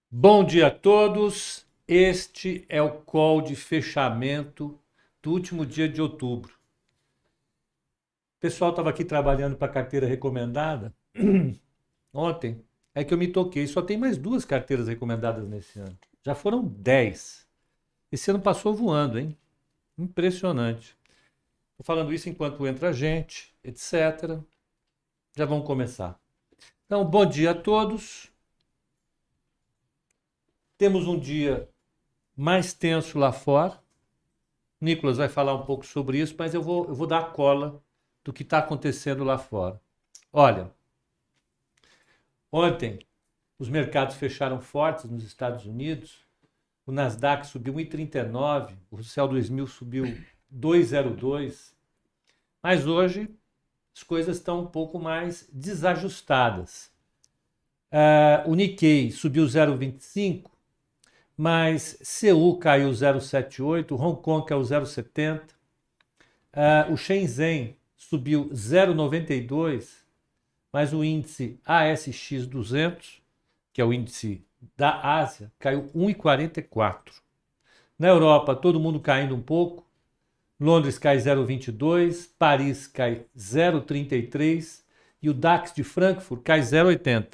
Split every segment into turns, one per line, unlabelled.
Bom dia a todos. Este é o call de fechamento do último dia de outubro. O pessoal estava aqui trabalhando para a carteira recomendada ontem. É que eu me toquei. Só tem mais duas carteiras recomendadas nesse ano. Já foram 10. Esse ano passou voando, hein? Impressionante. Estou falando isso enquanto entra gente, etc. Já vamos começar. Então, bom dia a todos. Temos um dia mais tenso lá fora. Nicolas vai falar um pouco sobre isso, mas eu vou dar a cola do que está acontecendo lá fora. Olha, ontem os mercados fecharam fortes nos Estados Unidos. O Nasdaq subiu 1,39, o Russell 2000 subiu 2,02. Mas hoje as coisas estão um pouco mais desajustadas. O Nikkei subiu 0,25, mas Seul caiu 0,78, Hong Kong caiu 0,70. O Shenzhen subiu 0,92, mas o índice ASX 200, que é o índice da Ásia, caiu 1,44. Na Europa, todo mundo caindo um pouco. Londres cai 0,22, Paris cai 0,33 e o DAX de Frankfurt cai 0,80.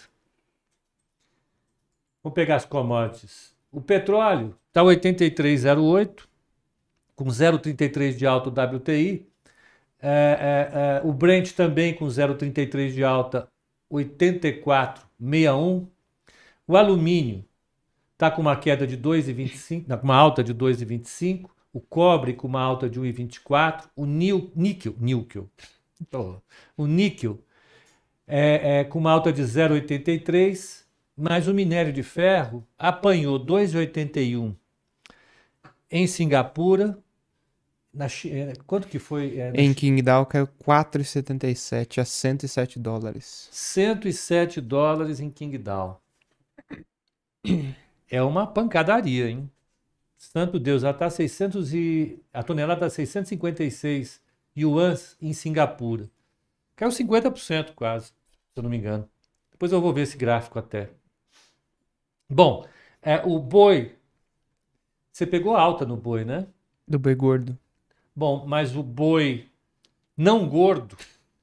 Vamos pegar as commodities. O petróleo está 83,08, com 0,33 de alta o WTI. O Brent também com 0,33 de alta, 84,61. O alumínio está com uma queda de 2,25, com uma alta de 2,25. O cobre com uma alta de 1,24. O níquel com uma alta de 0,83. Mas o minério de ferro apanhou 2,81 em Singapura. Quanto que foi?
Em Qingdao caiu 4,77 a $107.
US$ 107 em Qingdao. É uma pancadaria, hein? Santo Deus, ela está a tonelada está 656 yuans em Singapura. Caiu 50% quase, se eu não me engano. Depois eu vou ver esse gráfico até. Bom, o boi, você pegou alta no boi, né?
Do boi gordo.
Bom, mas o boi não gordo,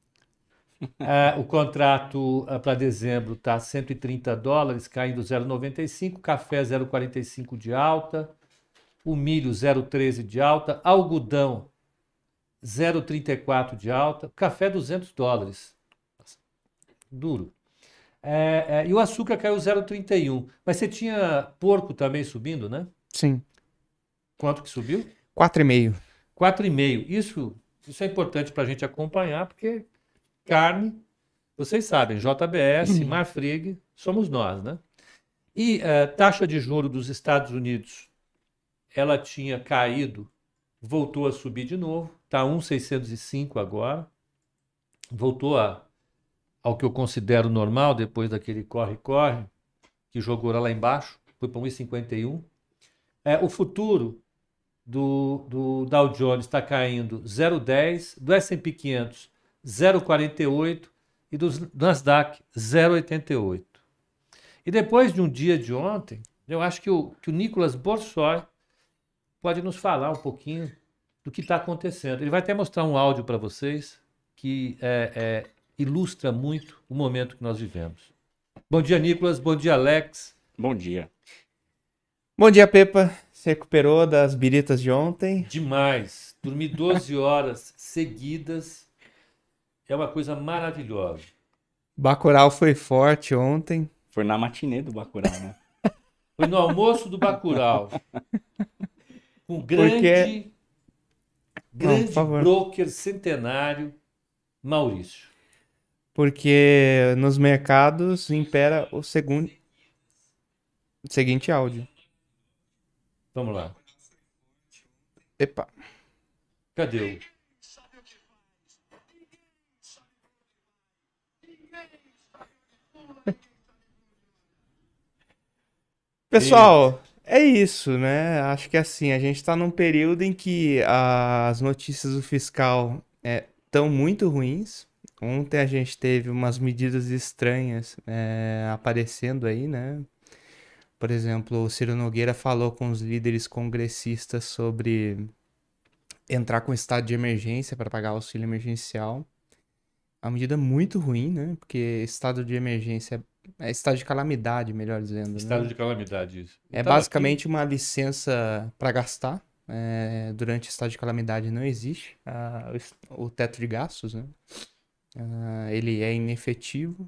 o contrato para dezembro está US$ 130, caindo 0,95, café 0,45 de alta, o milho 0,13 de alta, algodão 0,34 de alta, café US$ 200. Duro. E o açúcar caiu 0,31. Mas você tinha porco também subindo, né?
Sim,
Quanto que subiu?
4,5.
4,5. Isso é importante para a gente acompanhar, porque carne, vocês sabem, JBS, Marfrig, somos nós, né? E taxa de juro dos Estados Unidos, ela tinha caído, voltou a subir de novo, está 1,605 agora, voltou ao que eu considero normal, depois daquele corre-corre, que jogou lá embaixo, foi para 1,51. O futuro do Dow Jones está caindo 0,10, do S&P 500 0,48 e do Nasdaq 0,88. E depois de um dia de ontem, eu acho que o Nicolas Borsoi pode nos falar um pouquinho do que está acontecendo. Ele vai até mostrar um áudio para vocês que ilustra muito o momento que nós vivemos. Bom dia, Nicolas. Bom dia, Alex.
Bom dia.
Bom dia, Pepa. Se recuperou das biritas de ontem?
Demais. Dormi 12 horas seguidas. É uma coisa maravilhosa.
Bacurau foi forte ontem.
Foi na matinê do Bacurau, né?
Foi no almoço do Bacurau. Com o
Porque... Não, por
grande
favor.
broker centenário, Maurício.
Porque nos mercados impera o seguinte áudio.
Vamos lá.
Epa.
Cadê o...
Pessoal, é isso, né? Acho que assim, a gente está num período em que as notícias do fiscal estão muito ruins. Ontem a gente teve umas medidas estranhas aparecendo aí, né? Por exemplo, o Ciro Nogueira falou com os líderes congressistas sobre entrar com estado de emergência para pagar auxílio emergencial. É uma medida muito ruim, né? Porque estado de emergência é estado de calamidade, melhor dizendo,
Estado
né?
de calamidade, isso. Eu
É
tava aqui,
basicamente uma licença para gastar. Durante estado de calamidade não existe o teto de gastos, né? Ele é inefetivo.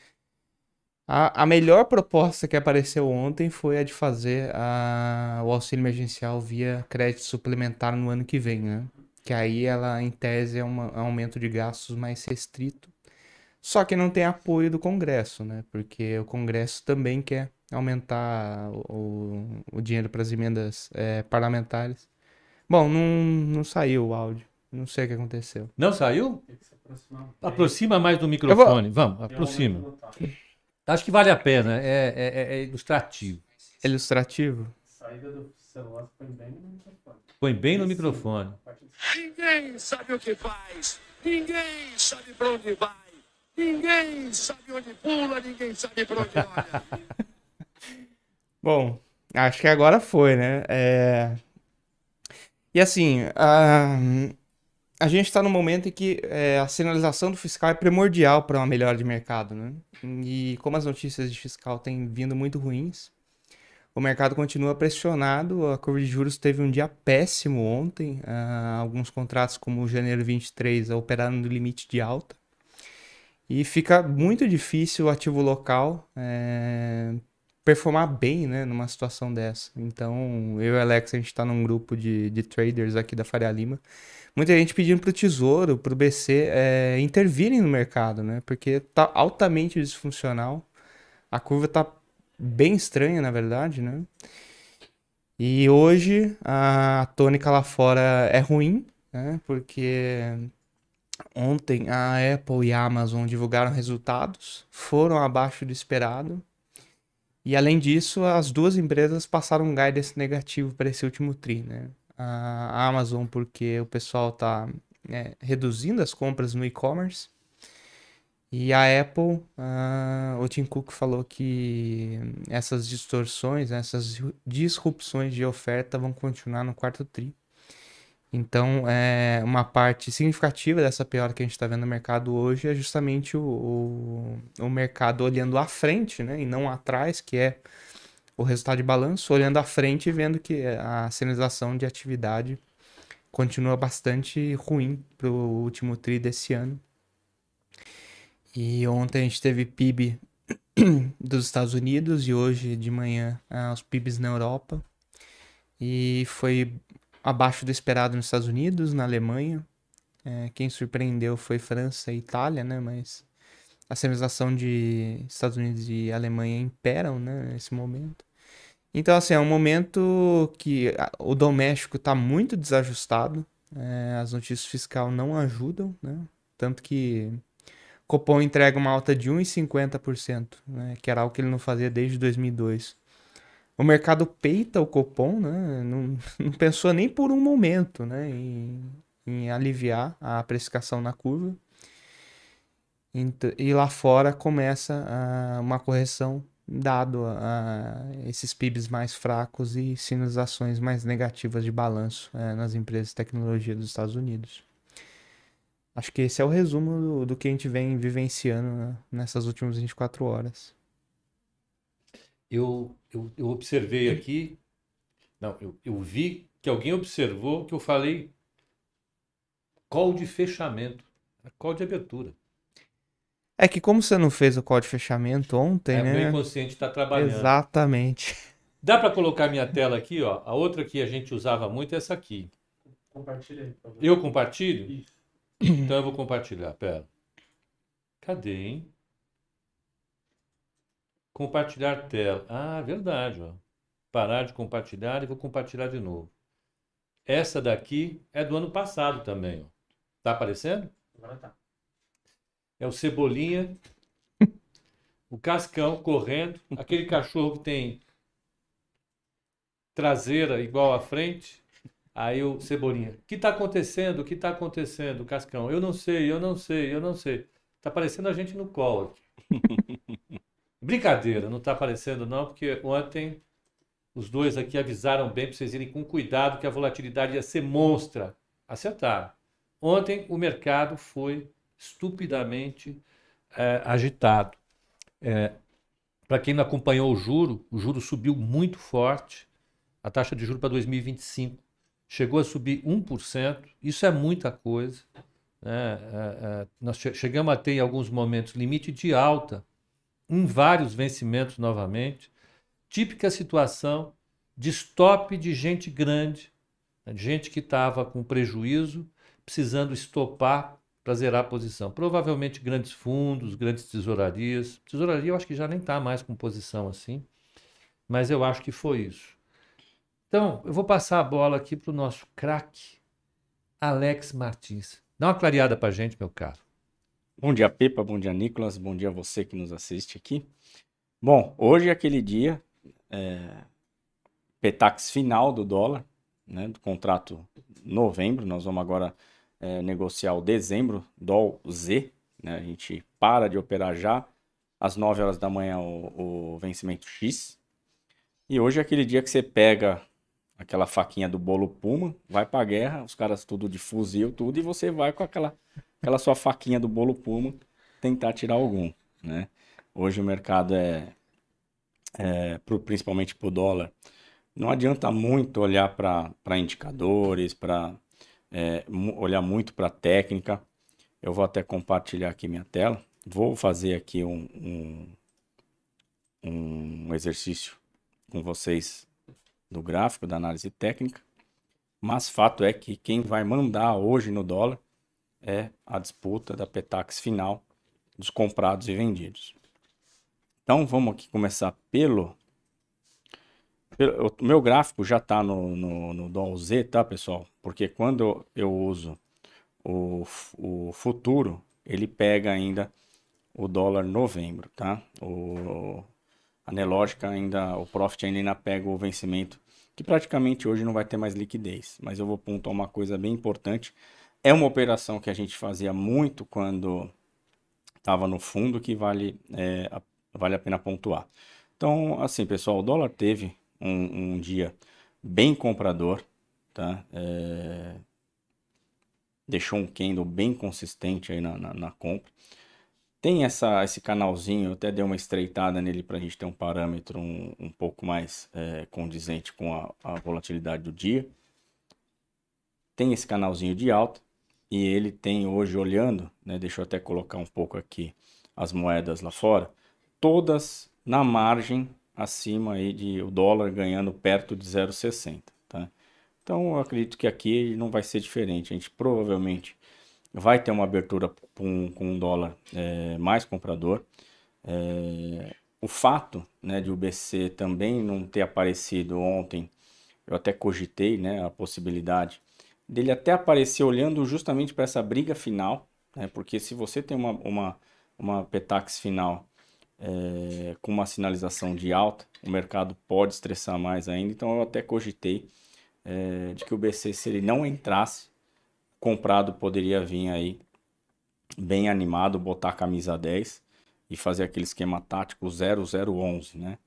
A melhor proposta que apareceu ontem foi a de fazer o auxílio emergencial via crédito suplementar no ano que vem, né? Que aí ela, em tese, é um aumento de gastos mais restrito. Só que não tem apoio do Congresso, né? Porque o Congresso também quer aumentar o dinheiro para as emendas parlamentares. Bom, não saiu o áudio. Não sei o que aconteceu.
não saiu?
Tem que se aproximar um pouco.
Aproxima mais do
Eu vou.
microfone. Vamos,
Tem um
aproxima.
momento no time.
Acho que vale a pena, é ilustrativo.
Ilustrativo?
Saída do celular põe bem no microfone.
Põe bem no
Sim,
microfone.
a parte de
Ninguém sabe o que faz, ninguém sabe para onde vai, ninguém sabe onde pula, ninguém sabe para onde olha.
Bom, acho que agora foi, né? E assim, a gente está num momento em que a sinalização do fiscal é primordial para uma melhora de mercado, né? E como as notícias de fiscal têm vindo muito ruins, o mercado continua pressionado, a curva de juros teve um dia péssimo ontem, alguns contratos como o janeiro 23 operaram no limite de alta, e fica muito difícil o ativo local performar bem, né, numa situação dessa. Então, eu e o Alex, a gente está num grupo de traders aqui da Faria Lima, muita gente pedindo para o Tesouro, para o BC intervirem no mercado, né, porque tá altamente disfuncional, a curva tá bem estranha, na verdade, né? E hoje a tônica lá fora é ruim, né? Porque ontem a Apple e a Amazon divulgaram resultados, foram abaixo do esperado. E além disso, as duas empresas passaram um guidance negativo para esse último tri, né? A Amazon porque o pessoal tá reduzindo as compras no e-commerce. E a Apple, o Tim Cook falou que essas distorções, essas disrupções de oferta vão continuar no quarto tri. Então, uma parte significativa dessa piora que a gente está vendo no mercado hoje é justamente o mercado olhando à frente, né, e não atrás, que é o resultado de balanço, olhando à frente e vendo que a sinalização de atividade continua bastante ruim para o último tri desse ano. E ontem a gente teve PIB dos Estados Unidos e hoje de manhã os PIBs na Europa. E foi abaixo do esperado nos Estados Unidos, na Alemanha. Quem surpreendeu foi França e Itália, né? Mas a sinalização de Estados Unidos e Alemanha imperam, né, nesse momento. Então, assim, é um momento que o doméstico está muito desajustado. As notícias fiscais não ajudam, né? Tanto que Copom entrega uma alta de 1,50%, né, que era algo que ele não fazia desde 2002. O mercado peita o Copom, né, não pensou nem por um momento, né, em aliviar a precificação na curva. E lá fora começa uma correção dado a esses PIBs mais fracos e sinalizações mais negativas de balanço nas empresas de tecnologia dos Estados Unidos. Acho que esse é o resumo do que a gente vem vivenciando, né, nessas últimas 24 horas.
Eu observei aqui, não, eu vi que alguém observou que eu falei call de fechamento, call de abertura.
É que como você não fez o call de fechamento ontem,
Meu
né?
inconsciente está trabalhando.
Exatamente.
Dá para colocar minha tela aqui, ó. A outra que a gente usava muito é essa aqui.
compartilha aí, por favor.
Eu compartilho?
Isso.
Então eu vou compartilhar, pera. Cadê, hein? Compartilhar tela. Ah, verdade, ó. Parar de compartilhar e vou compartilhar de novo. Essa daqui é do ano passado também, ó. Tá aparecendo?
Agora tá.
É o Cebolinha, o Cascão correndo, aquele cachorro que tem traseira igual à frente. Aí o Cebolinha, o que está acontecendo? O que está acontecendo? O Cascão, eu não sei, eu não sei, eu não sei. Tá aparecendo a gente no call aqui. Brincadeira, não tá aparecendo não, porque ontem Os dois aqui avisaram bem para vocês irem com cuidado que a volatilidade ia ser monstra. Acertaram. Ontem o mercado foi estupidamente agitado. Para quem não acompanhou o juro subiu muito forte. A taxa de juros para 2025 chegou a subir 1%. Isso é muita coisa. Nós chegamos a ter em alguns momentos limite de alta em vários vencimentos novamente. Típica situação de stop de gente grande, gente que estava com prejuízo, precisando estopar para zerar a posição. Provavelmente grandes fundos, grandes tesourarias. Tesouraria eu acho que já nem está mais com posição assim, mas eu acho que foi isso. Então, eu vou passar a bola aqui para o nosso craque, Alex Martins. Dá uma clareada para a gente, meu caro.
Bom dia, Pepa. Bom dia, Nicolas. Bom dia a você que nos assiste aqui. Bom, hoje é aquele dia, Petax final do dólar, né, do contrato novembro. Nós vamos agora negociar o dezembro, DOL Z. Né, a gente para de operar já às 9 horas da manhã o vencimento X. E hoje é aquele dia que você pega aquela faquinha do bolo Puma, vai pra guerra, os caras tudo de fuzil, tudo, e você vai com aquela sua faquinha do bolo Puma tentar tirar algum, né? Hoje o mercado principalmente pro dólar, não adianta muito olhar para indicadores, olhar muito para técnica. Eu vou até compartilhar aqui minha tela. Vou fazer aqui um exercício com vocês do gráfico, da análise técnica, mas fato é que quem vai mandar hoje no dólar é a disputa da Petax final dos comprados e vendidos. Então vamos aqui começar o meu gráfico já está no DOL Z, tá, pessoal? Porque quando eu uso o futuro, ele pega ainda o dólar novembro, tá? A Nelógica ainda, o Profit ainda pega o vencimento, que praticamente hoje não vai ter mais liquidez. Mas eu vou pontuar uma coisa bem importante. É uma operação que a gente fazia muito quando estava no fundo, que vale a pena pontuar. Então, assim, pessoal, o dólar teve um dia bem comprador, tá? Deixou um candle bem consistente aí na compra. Tem esse canalzinho, eu até dei uma estreitada nele para a gente ter um parâmetro um pouco mais condizente com a volatilidade do dia. Tem esse canalzinho de alta e ele tem hoje olhando, né, deixa eu até colocar um pouco aqui as moedas lá fora, todas na margem acima aí de o dólar ganhando perto de 0,60, tá? Então eu acredito que aqui não vai ser diferente, a gente provavelmente vai ter uma abertura com um dólar mais comprador. O fato, né, de o BC também não ter aparecido ontem, eu até cogitei, né, a possibilidade dele até aparecer olhando justamente para essa briga final, né, porque se você tem uma Petax final com uma sinalização de alta, o mercado pode estressar mais ainda. Então eu até cogitei de que o BC, se ele não entrasse, comprado poderia vir aí bem animado, botar a camisa 10 e fazer aquele esquema tático 0-0-11, né?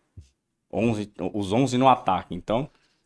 Os 11 no ataque. Então,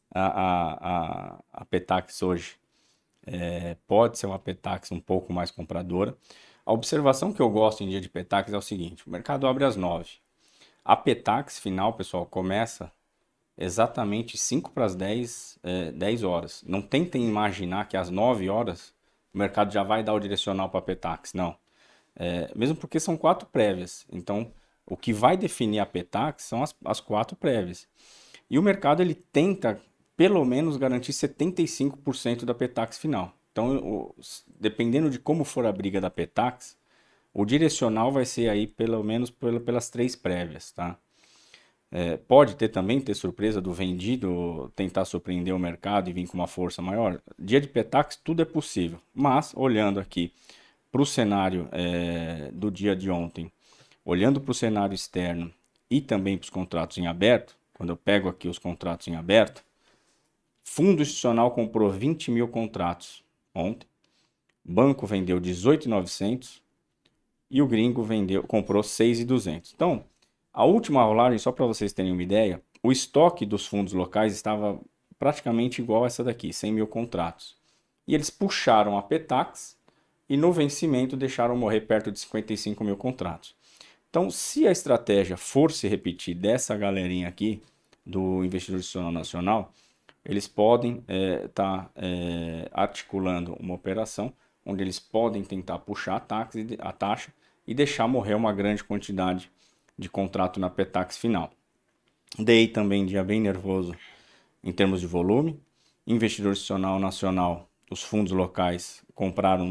a Petax hoje pode ser uma Petax um pouco mais compradora. A observação que eu gosto em dia de Petax é o seguinte: o mercado abre às 9. A Petax final, pessoal, começa exatamente 5 para as 10 horas. Não tentem imaginar que às 9 horas o mercado já vai dar o direcional para a Petax, não. Mesmo porque são 4 prévias. Então, o que vai definir a Petax são as 4 prévias. E o mercado ele tenta, pelo menos, garantir 75% da Petax final. Então, dependendo de como for a briga da Petax, o direcional vai ser aí pelo menos pelas 3 prévias, tá? Pode também ter surpresa do vendido tentar surpreender o mercado e vir com uma força maior. Dia de Petax tudo é possível, mas olhando aqui para o cenário do dia de ontem, olhando para o cenário externo e também para os contratos em aberto, quando eu pego aqui os contratos em aberto, fundo institucional comprou 20 mil contratos ontem, banco vendeu 18.900 e o gringo comprou 6.200. Então, a última rolagem, só para vocês terem uma ideia, o estoque dos fundos locais estava praticamente igual a essa daqui, 100 mil contratos. E eles puxaram a Petax e no vencimento deixaram morrer perto de 55 mil contratos. Então, se a estratégia for se repetir dessa galerinha aqui, do investidor institucional nacional, eles podem estar articulando uma operação onde eles podem tentar puxar a taxa e deixar morrer uma grande quantidade de contrato na Petax final. Dei também dia bem nervoso em termos de volume. Investidor institucional nacional, os fundos locais compraram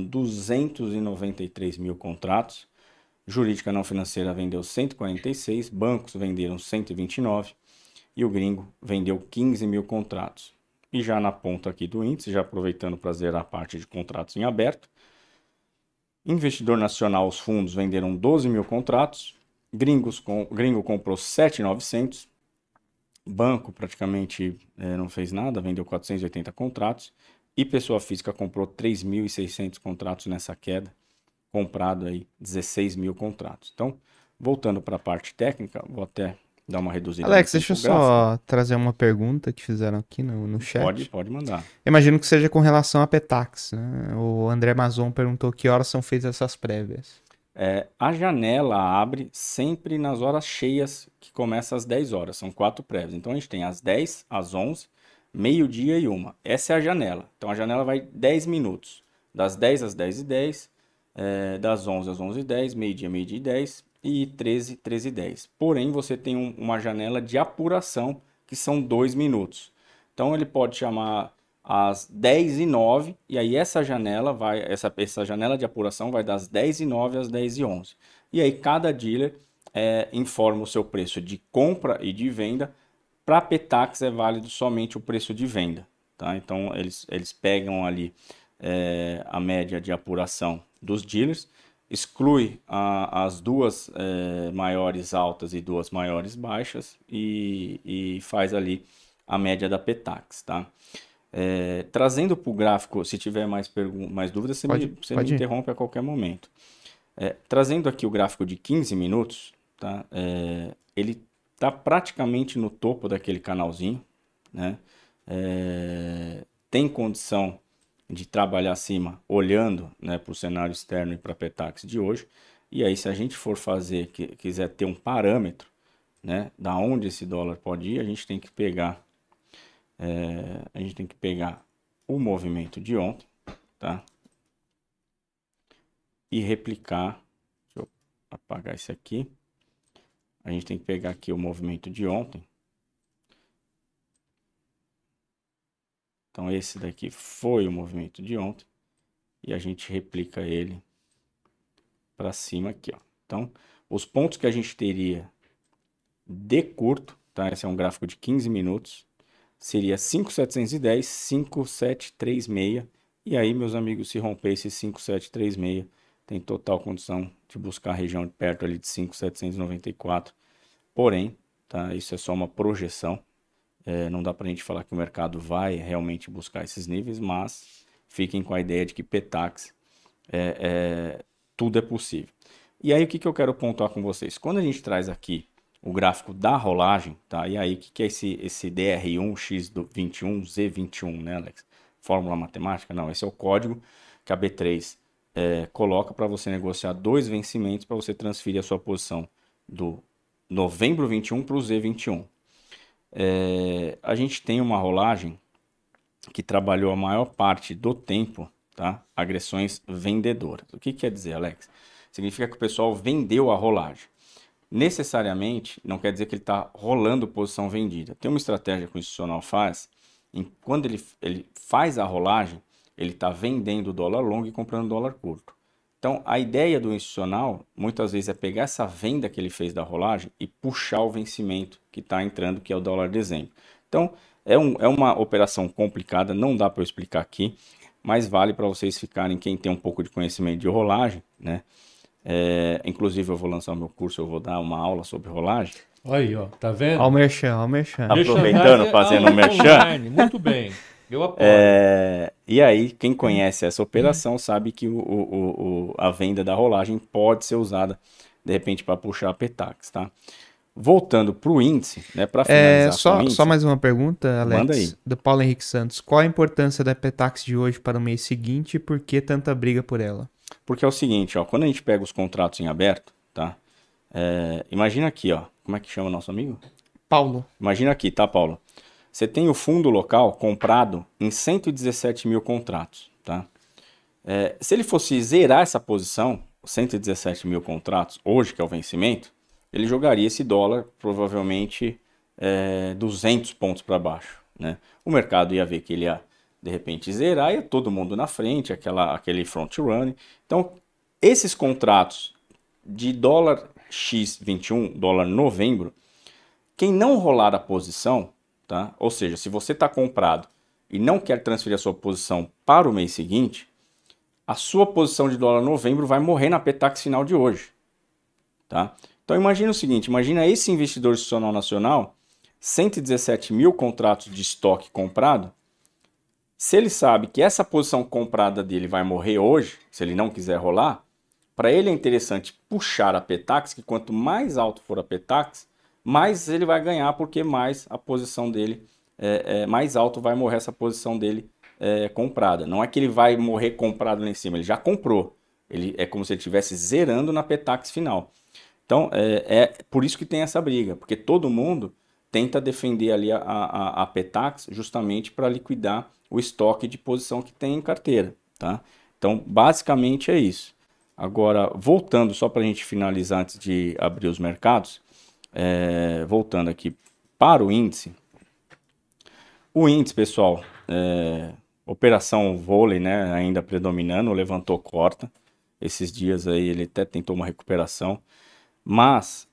293 mil contratos. Jurídica não financeira vendeu 146, bancos venderam 129 e o gringo vendeu 15 mil contratos. E já na ponta aqui do índice, já aproveitando para zerar a parte de contratos em aberto, investidor nacional, os fundos venderam 12 mil contratos, gringo comprou 7.900, banco praticamente não fez nada, vendeu 480 contratos, e pessoa física comprou 3.600 contratos nessa queda, comprado aí 16 mil contratos. Então, voltando para a parte técnica, vou até dar uma reduzida.
Alex, deixa eu só trazer uma pergunta que fizeram aqui no chat.
Pode mandar.
Eu imagino que seja com relação a Petax, né? O André Mazon perguntou que horas são feitas essas prévias.
A janela abre sempre nas horas cheias, que começa às 10 horas. São 4 prévias. Então, a gente tem às 10, às 11, meio-dia e 1. Essa é a janela. Então, a janela vai 10 minutos. Das 10 às 10h10, das 11 às 11h10, meio-dia, meio-dia e 10 e 13, 13h10. Porém, você tem uma janela de apuração, que são 2 minutos. Então, ele pode chamar às 10h09, e aí essa janela de apuração vai das 10h09 às 10h11. E aí cada dealer informa o seu preço de compra e de venda. Para a Petax é válido somente o preço de venda, tá? Então eles pegam ali a média de apuração dos dealers, exclui as duas maiores altas e duas maiores baixas e faz ali a média da Petax, tá? Trazendo para o gráfico, se tiver mais dúvidas, você me interrompe a qualquer momento. Trazendo aqui o gráfico de 15 minutos, tá? Ele está praticamente no topo daquele canalzinho, né? Tem condição de trabalhar acima, olhando, né, para o cenário externo e para a Petax de hoje. E aí, se a gente for quiser ter um parâmetro, né, da onde esse dólar pode ir, a gente tem que pegar o movimento de ontem, tá? E replicar. Deixa eu apagar esse aqui. A gente tem que pegar aqui o movimento de ontem. Então, esse daqui foi o movimento de ontem. E a gente replica ele para cima aqui, ó. Então, os pontos que a gente teria de curto, tá? Esse é um gráfico de 15 minutos. Seria 5.710, 5.736. E aí, meus amigos, se romper esse 5.736, tem total condição de buscar a região perto ali de 5.794. Porém, tá? Isso é só uma projeção. Não dá para a gente falar que o mercado vai realmente buscar esses níveis, mas fiquem com a ideia de que Petax, tudo é possível. E aí, o que eu quero pontuar com vocês? Quando a gente traz aqui o gráfico da rolagem, tá? E aí, o que é esse DR1, X21, Z21, né, Alex? Fórmula matemática? Não, esse é o código que a B3 coloca para você negociar 2 vencimentos para você transferir a sua posição do novembro 21 para o Z21. A gente tem uma rolagem que trabalhou a maior parte do tempo, tá? Agressões vendedoras. O que quer dizer, Alex? Significa que o pessoal vendeu a rolagem. Necessariamente, não quer dizer que ele está rolando posição vendida. Tem uma estratégia que o institucional faz, quando ele faz a rolagem, ele está vendendo dólar longo e comprando dólar curto. Então, a ideia do institucional, muitas vezes, é pegar essa venda que ele fez da rolagem e puxar o vencimento que está entrando, que é o dólar dezembro. Então, é uma operação complicada, não dá para eu explicar aqui, mas vale para vocês ficarem, quem tem um pouco de conhecimento de rolagem, né? Inclusive, eu vou lançar o meu curso, eu vou dar uma aula sobre rolagem.
Olha aí, ó, tá vendo?
Ao merchan.
Aproveitando, fazendo o merchan.
Online, muito bem. Eu apoio.
E aí, quem conhece essa operação sabe que a venda da rolagem pode ser usada, de repente, para puxar a Petax, tá? Voltando para o índice, né, para finalizar com o índice,
Só mais uma pergunta, Alex,
manda aí.
do Paulo Henrique Santos. Qual a importância da Petax de hoje para o mês seguinte e por que tanta briga por ela?
Porque é o seguinte, ó, quando a gente pega os contratos em aberto, tá? Imagina aqui, ó, como é que chama o nosso amigo?
Paulo.
Imagina aqui, tá, Paulo? Você tem o fundo local comprado em 117 mil contratos, tá? Se ele fosse zerar essa posição, 117 mil contratos, hoje que é o vencimento, ele jogaria esse dólar provavelmente 200 pontos para baixo, né? O mercado ia ver que ele ia, de repente, zerar, ia todo mundo na frente, aquele front run. Então, esses contratos de dólar X21, dólar novembro, quem não rolar a posição, tá? Ou seja, se você está comprado e não quer transferir a sua posição para o mês seguinte, a sua posição de dólar novembro vai morrer na Petax final de hoje, tá? Então imagina o seguinte, imagina esse investidor institucional nacional, 117 mil contratos de estoque comprado, se ele sabe que essa posição comprada dele vai morrer hoje, se ele não quiser rolar, para ele é interessante puxar a Petax, que quanto mais alto for a Petax, mais ele vai ganhar, porque mais a posição dele, mais alto vai morrer essa posição dele comprada. Não é que ele vai morrer comprado lá em cima, ele já comprou. É como se ele estivesse zerando na Petax final. Então, é por isso que tem essa briga, porque todo mundo tenta defender ali a Petax justamente para liquidar o estoque de posição que tem em carteira, tá? Então, basicamente é isso. Agora, voltando só para a gente finalizar antes de abrir os mercados, voltando aqui para o índice. O índice, pessoal, operação vôlei, né, ainda predominando, levantou corta. Esses dias aí ele até tentou uma recuperação, mas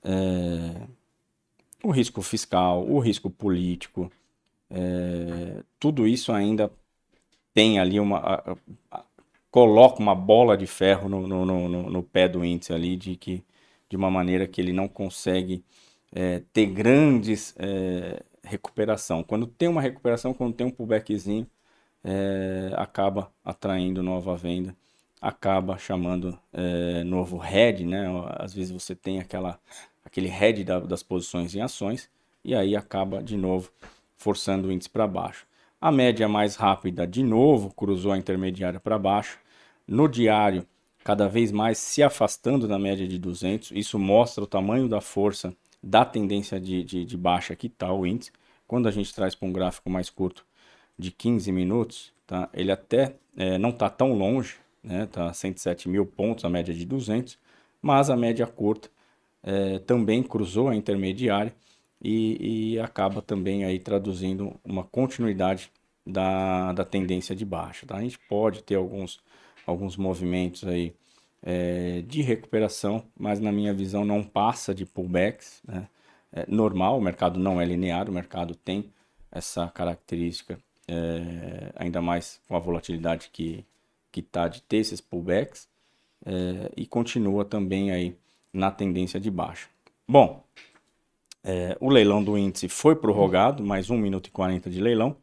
o risco fiscal, o risco político, tudo isso ainda tem ali coloca uma bola de ferro no pé do índice ali, de uma maneira que ele não consegue ter grandes recuperação. Quando tem uma recuperação, quando tem um pullbackzinho, acaba atraindo nova venda, acaba chamando novo head, né? Às vezes você tem aquele head das posições em ações e aí acaba de novo forçando o índice para baixo. A média mais rápida de novo cruzou a intermediária para baixo. No diário, cada vez mais se afastando da média de 200. Isso mostra o tamanho da força da tendência de baixa que está o índice. Quando a gente traz para um gráfico mais curto de 15 minutos, tá? Ele até não está tão longe, né? Tá 107 mil pontos, a média de 200, mas a média curta também cruzou a intermediária e acaba também aí traduzindo uma continuidade da tendência de baixa, tá? A gente pode ter alguns movimentos aí de recuperação, mas na minha visão não passa de pullbacks, né? Normal, o mercado não é linear, o mercado tem essa característica, ainda mais com a volatilidade que está de ter esses pullbacks, e continua também aí na tendência de baixa. Bom, o leilão do índice foi prorrogado, mais 1 minuto e 40 de leilão,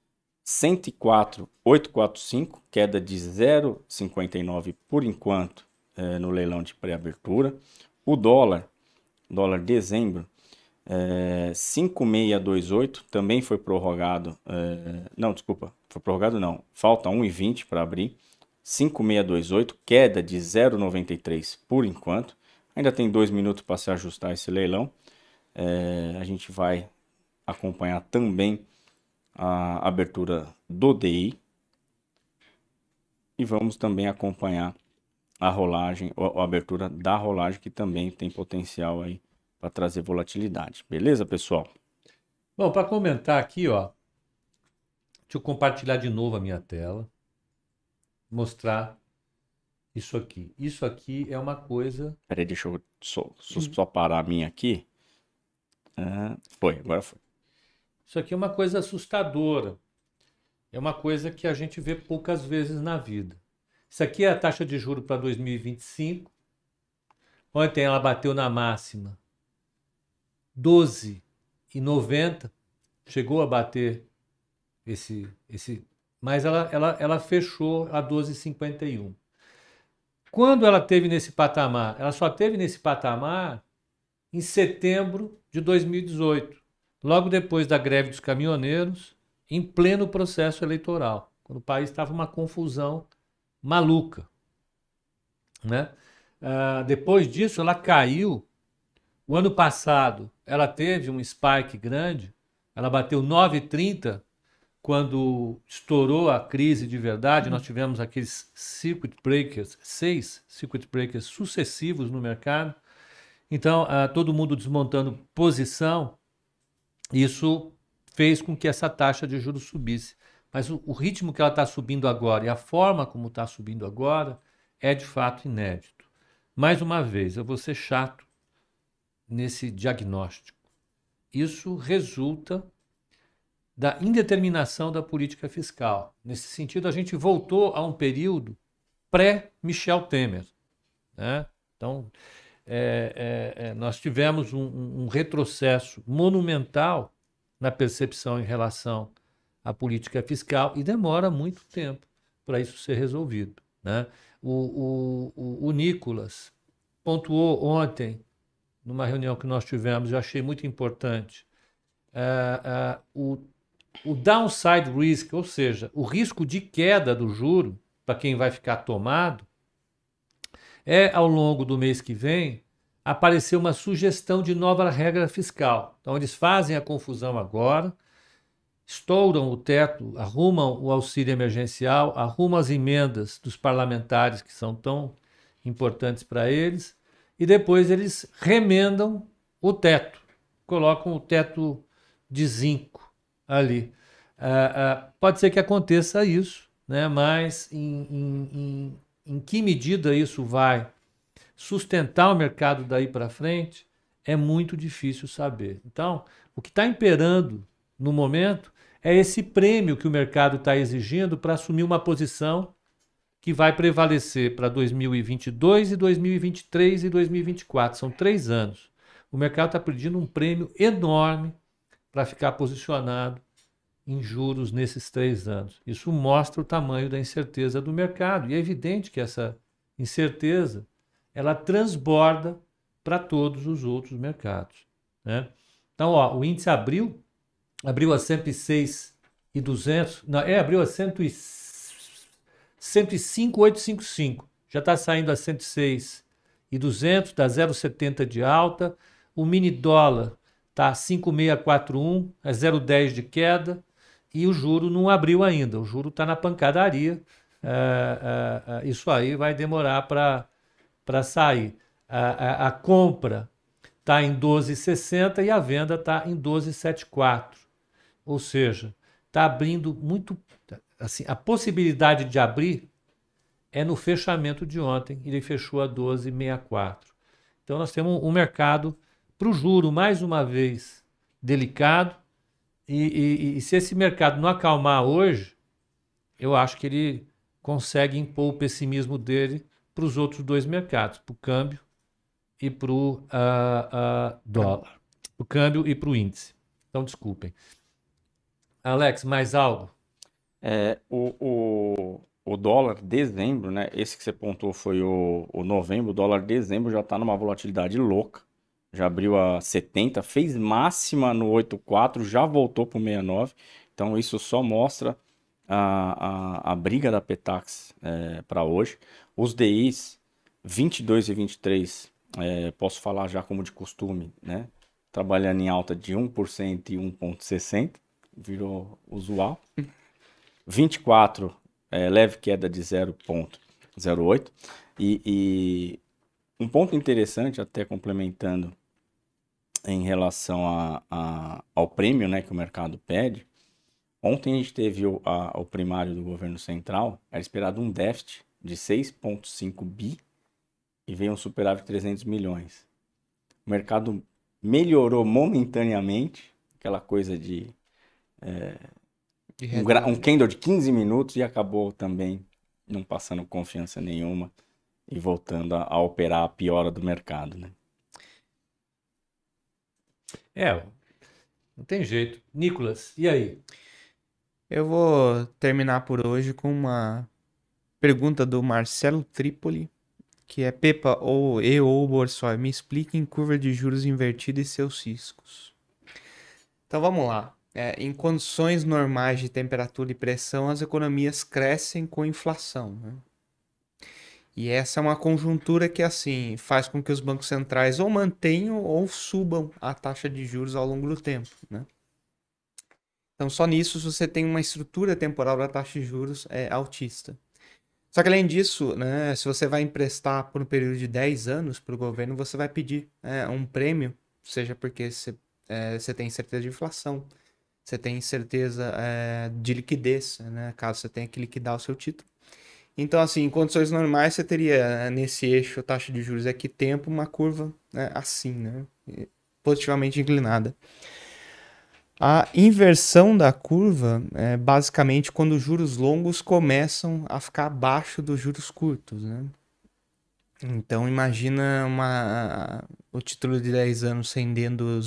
104.845, queda de 0,59 por enquanto no leilão de pré-abertura. O dólar dezembro, 5,628, também foi prorrogado, não, desculpa, foi prorrogado não, falta 1,20 para abrir, 5,628, queda de 0,93 por enquanto. Ainda tem 2 minutos para se ajustar esse leilão. A gente vai acompanhar também a abertura do DI e vamos também acompanhar a rolagem, ou a abertura da rolagem, que também tem potencial aí para trazer volatilidade. Beleza, pessoal?
Bom, para comentar aqui, ó, deixa eu compartilhar de novo a minha tela, mostrar isso aqui. Isso aqui é uma coisa...
Peraí, deixa eu só parar a minha aqui. Agora foi.
Isso aqui é uma coisa assustadora. É uma coisa que a gente vê poucas vezes na vida. Isso aqui é a taxa de juros para 2025. Ontem ela bateu na máxima 12,90. Chegou a bater mas ela fechou a 12,51. Quando ela teve nesse patamar? Ela só teve nesse patamar em setembro de 2018, logo depois da greve dos caminhoneiros, em pleno processo eleitoral, quando o país estava uma confusão maluca, né? Depois disso, ela caiu. O ano passado, ela teve um spike grande, ela bateu 9,30 quando estourou a crise de verdade. Nós tivemos aqueles circuit breakers, 6 circuit breakers sucessivos no mercado. Então, todo mundo desmontando posição, isso fez com que essa taxa de juros subisse. Mas o ritmo que ela está subindo agora e a forma como está subindo agora é de fato inédito. Mais uma vez, eu vou ser chato nesse diagnóstico. Isso resulta da indeterminação da política fiscal. Nesse sentido, a gente voltou a um período pré-Michel Temer, né? Então, nós tivemos um retrocesso monumental na percepção em relação à política fiscal e demora muito tempo para isso ser resolvido, né? O Nicolas pontuou ontem, numa reunião que nós tivemos, eu achei muito importante, o downside risk, ou seja, o risco de queda do juro, para quem vai ficar tomado, ao longo do mês que vem, aparecer uma sugestão de nova regra fiscal. Então, eles fazem a confusão agora, estouram o teto, arrumam o auxílio emergencial, arrumam as emendas dos parlamentares, que são tão importantes para eles, e depois eles remendam o teto, colocam o teto de zinco ali. Pode ser que aconteça isso, né? Mas em que medida isso vai sustentar o mercado daí para frente é muito difícil saber. Então, o que está imperando no momento é esse prêmio que o mercado está exigindo para assumir uma posição que vai prevalecer para 2022 e 2023 e 2024. São 3 anos. O mercado está pedindo um prêmio enorme para ficar posicionado em juros nesses 3 anos. Isso mostra o tamanho da incerteza do mercado. E é evidente que essa incerteza ela transborda para todos os outros mercados, né? Então, o índice abriu a 106.200, abriu a 105.855, já está saindo a 106.200, dá 0,70 de alta. O mini dólar está 5,641, é 0,10 de queda, e o juro não abriu ainda, o juro está na pancadaria. Isso aí vai demorar para sair. A compra está em 12,60 e a venda está em 12,74. Ou seja, está abrindo muito. Assim, a possibilidade de abrir é no fechamento de ontem, ele fechou a 12,64. Então nós temos um mercado para o juro, mais uma vez, delicado. E se esse mercado não acalmar hoje, eu acho que ele consegue impor o pessimismo dele para os outros 2 mercados, para o câmbio e para o dólar. O câmbio e para o índice. Então, desculpem. Alex, mais algo?
O dólar dezembro, né? Esse que você pontuou foi o novembro. O dólar dezembro já está numa volatilidade louca. Já abriu a 70, fez máxima no 8,4, já voltou para o 69. Então, isso só mostra a briga da Petax para hoje. Os DIs 22 e 23, posso falar já como de costume, né? Trabalhando em alta de 1% e 1,60, virou usual. 24, leve queda de 0,08. E um ponto interessante, até complementando em relação ao prêmio, né, que o mercado pede. Ontem a gente teve o primário do governo central, era esperado um déficit de 6,5 bi e veio um superávit de 300 milhões. O mercado melhorou momentaneamente, aquela coisa de um candle de 15 minutos e acabou também não passando confiança nenhuma e voltando a operar a piora do mercado, né?
Não tem jeito. Nicolas, e aí?
Eu vou terminar por hoje com uma pergunta do Marcelo Trípoli, que é Pepa ou Borsoi, me expliquem curva de juros invertida e seus riscos. Então vamos lá. Em condições normais de temperatura e pressão, as economias crescem com inflação, né? E essa é uma conjuntura que, assim, faz com que os bancos centrais ou mantenham ou subam a taxa de juros ao longo do tempo, né? Então, só nisso você tem uma estrutura temporal da taxa de juros altista. Só que, além disso, né, se você vai emprestar por um período de 10 anos para o governo, você vai pedir um prêmio, seja porque você tem certeza de inflação, você tem certeza de liquidez, né, caso você tenha que liquidar o seu título. Então, assim, em condições normais, você teria nesse eixo taxa de juros aqui tempo uma curva assim, né, positivamente inclinada. A inversão da curva é basicamente quando os juros longos começam a ficar abaixo dos juros curtos, né? Então imagina o título de 10 anos rendendo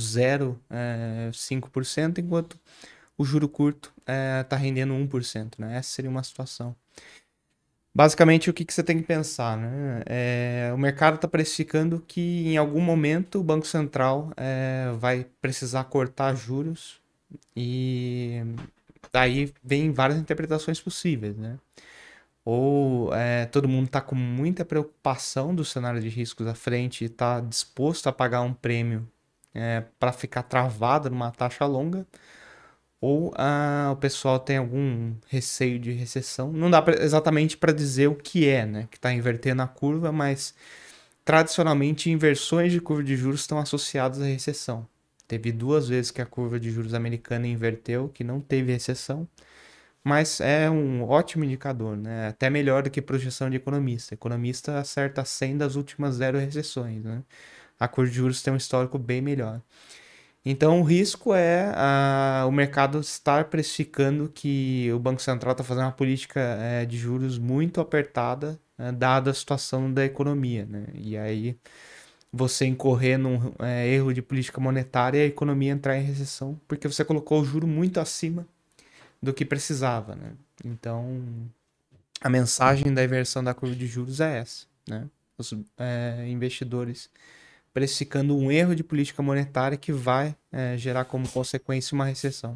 0,5%, enquanto o juro curto está rendendo 1%, né? Essa seria uma situação. Basicamente, o que você tem que pensar, né? O mercado está precificando que em algum momento o Banco Central vai precisar cortar juros e daí vem várias interpretações possíveis, né? Ou todo mundo está com muita preocupação do cenário de riscos à frente e está disposto a pagar um prêmio para ficar travado numa taxa longa, ou o pessoal tem algum receio de recessão. Não dá exatamente para dizer o que né? Que está invertendo a curva, mas tradicionalmente inversões de curva de juros estão associadas à recessão. Teve 2 vezes que a curva de juros americana inverteu, que não teve recessão, mas é um ótimo indicador, né? Até melhor do que projeção de economista. Economista acerta 100 das últimas 0 recessões, né? A curva de juros tem um histórico bem melhor. Então, o risco é o mercado estar precificando que o Banco Central está fazendo uma política de juros muito apertada, dada a situação da economia, né? E aí você incorrer num erro de política monetária e a economia entrar em recessão, porque você colocou o juro muito acima do que precisava, né? Então, a mensagem da inversão da curva de juros é essa, né? Os investidores precificando um erro de política monetária que vai gerar como consequência uma recessão.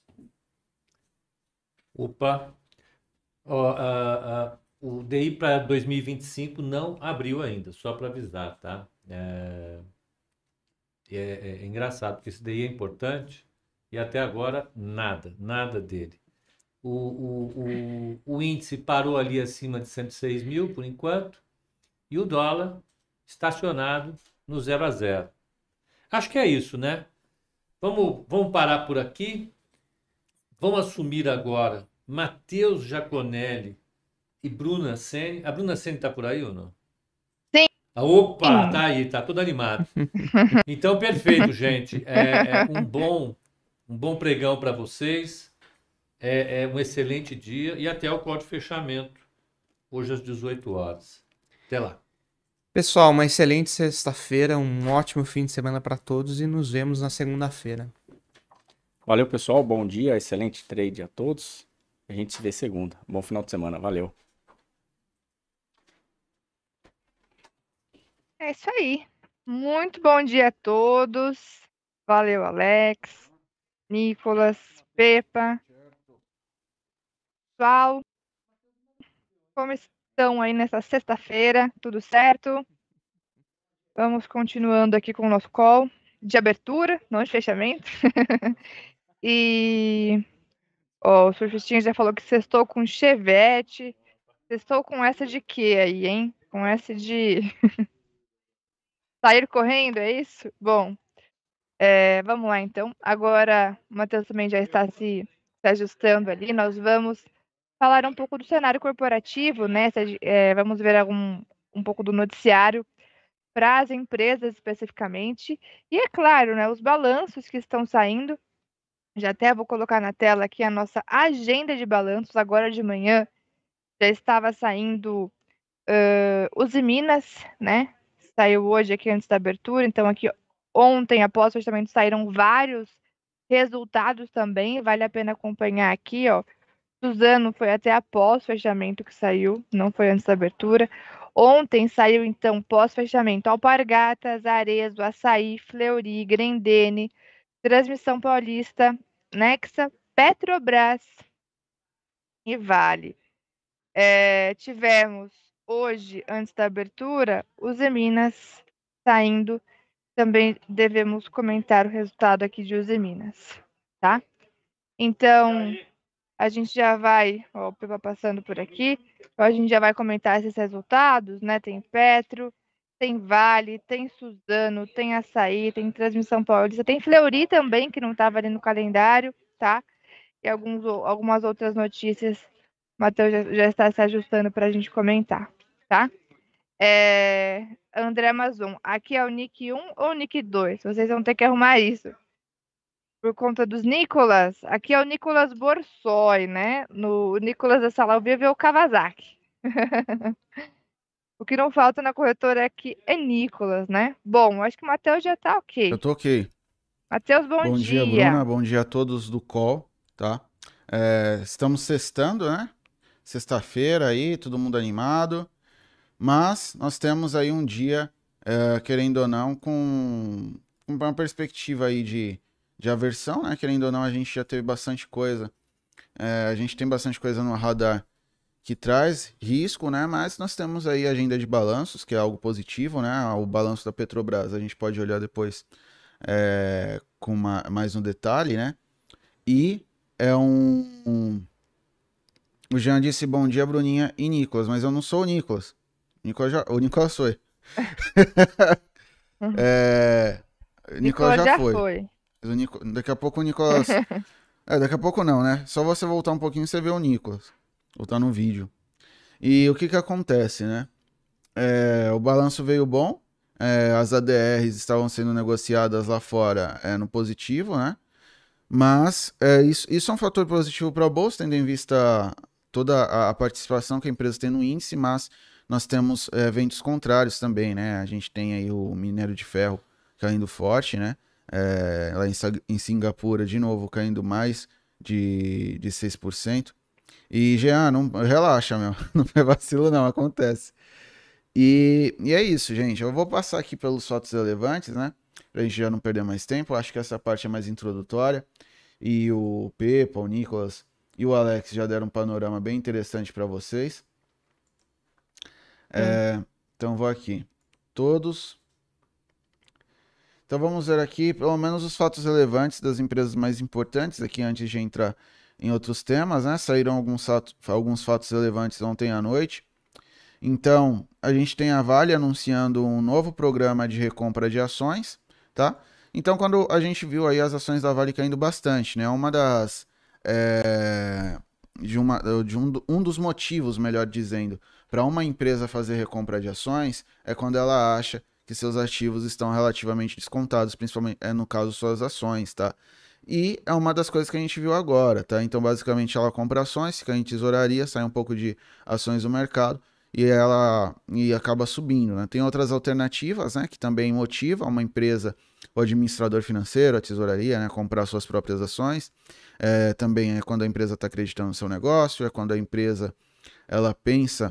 Opa! O DI para 2025 não abriu ainda, só para avisar, tá? É engraçado, porque esse DI é importante e até agora nada dele. O índice parou ali acima de 106 mil por enquanto e o dólar estacionado no 0 a 0. Acho que é isso, né? Vamos parar por aqui. Vamos assumir agora Matheus Giaconelli e Bruna Seni. A Bruna Seni está por aí ou não?
Sim.
Opa, tá aí, tá todo animado. Então, perfeito, gente. Um bom pregão para vocês. Um excelente dia e até o código de fechamento, hoje às 18 horas. Até lá.
Pessoal, uma excelente sexta-feira, um ótimo fim de semana para todos e nos vemos na segunda-feira.
Valeu, pessoal. Bom dia, excelente trade a todos. A gente se vê segunda. Bom final de semana. Valeu.
É isso aí. Muito bom dia a todos. Valeu, Alex, Nicolas, Pepa. Pessoal, como estão aí nessa sexta-feira? Tudo certo? Vamos continuando aqui com o nosso call de abertura, não de fechamento. E o Surfistinha já falou que sextou com Chevette. Sextou com essa de quê aí, hein? Com essa de sair correndo, é isso? Bom, vamos lá então. Agora o Matheus também já está se ajustando ali. Nós vamos falar um pouco do cenário corporativo, né? Vamos ver um pouco do noticiário para as empresas especificamente. E é claro, né, os balanços que estão saindo. Já até vou colocar na tela aqui a nossa agenda de balanços. Agora de manhã já estava saindo os Minas, né? Saiu hoje aqui antes da abertura. Então aqui ontem, após o fechamento, saíram vários resultados também. Vale a pena acompanhar aqui, ó. Suzano foi até após o fechamento que saiu, não foi antes da abertura. Ontem saiu, então, pós-fechamento, Alpargatas, Arezzo, Açaí, Fleury, Grendene, Transmissão Paulista, Nexa, Petrobras e Vale. Tivemos hoje, antes da abertura, os Minas saindo. Também devemos comentar o resultado aqui de Useminas, tá? Então, a gente já vai, ó, o Pepa passando por aqui, a gente já vai comentar esses resultados, né? Tem Petro, tem Vale, tem Suzano, tem Açaí, tem Transmissão Paulista, tem Fleury também, que não estava ali no calendário, tá? E algumas outras notícias, o Matheus já está se ajustando para a gente comentar, tá? André Amazon, aqui é o Nick 1 ou o Nick 2? Vocês vão ter que arrumar isso. Por conta dos Nicolas, aqui é o Nicolas Borsoi, né? O Nicolas da Sala ao Vivo é o Kawasaki. O que não falta na corretora aqui é Nicolas, né? Bom, acho que o Matheus já tá ok.
Eu tô ok.
Matheus, bom
Bom dia,
dia.
Bruna. Bom dia a todos do call, tá? Estamos sextando, né? Sexta-feira aí, todo mundo animado. Mas nós temos aí um dia, querendo ou não, com uma perspectiva aí de aversão, né? Querendo ou não, a gente já teve bastante coisa. A gente tem bastante coisa no radar que traz risco, né? Mas nós temos aí a agenda de balanços, que é algo positivo, né? O balanço da Petrobras a gente pode olhar depois com mais um detalhe, né? E o Jean disse bom dia, Bruninha e Nicolas, mas eu não sou o Nicolas. O Nicolas foi. Nicolas já foi. Mas daqui a pouco o Nicolas... daqui a pouco não, né? Só você voltar um pouquinho e você vê o Nicolas. Voltar no vídeo. E o que acontece, né? O balanço veio bom. As ADRs estavam sendo negociadas lá fora no positivo, né? Mas isso é um fator positivo para a Bolsa, tendo em vista toda a participação que a empresa tem no índice, mas nós temos ventos contrários também, né? A gente tem aí o minério de ferro caindo forte, né? Lá em Singapura, de novo, caindo mais de 6%. E Jean, não relaxa, meu. Não é vacilo não, acontece. E é isso, gente. Eu vou passar aqui pelos fatos relevantes, né? Pra gente já não perder mais tempo. Eu acho que essa parte é mais introdutória. E o Pepa, o Nicolas e o Alex já deram um panorama bem interessante para vocês. Então vou aqui. Todos. Então vamos ver aqui pelo menos os fatos relevantes das empresas mais importantes aqui antes de entrar em outros temas, né? Saíram alguns fatos relevantes ontem à noite. Então, a gente tem a Vale anunciando um novo programa de recompra de ações, tá? Então, quando a gente viu aí as ações da Vale caindo bastante, né? Um dos motivos, melhor dizendo, para uma empresa fazer recompra de ações é quando ela acha que seus ativos estão relativamente descontados, principalmente no caso suas ações, tá? E é uma das coisas que a gente viu agora, tá? Então, basicamente, ela compra ações, fica em tesouraria, sai um pouco de ações do mercado e acaba subindo, né? Tem outras alternativas, né? Que também motiva uma empresa, o administrador financeiro, a tesouraria, né? A comprar suas próprias ações. Também é quando a empresa está acreditando no seu negócio, é quando a empresa ela pensa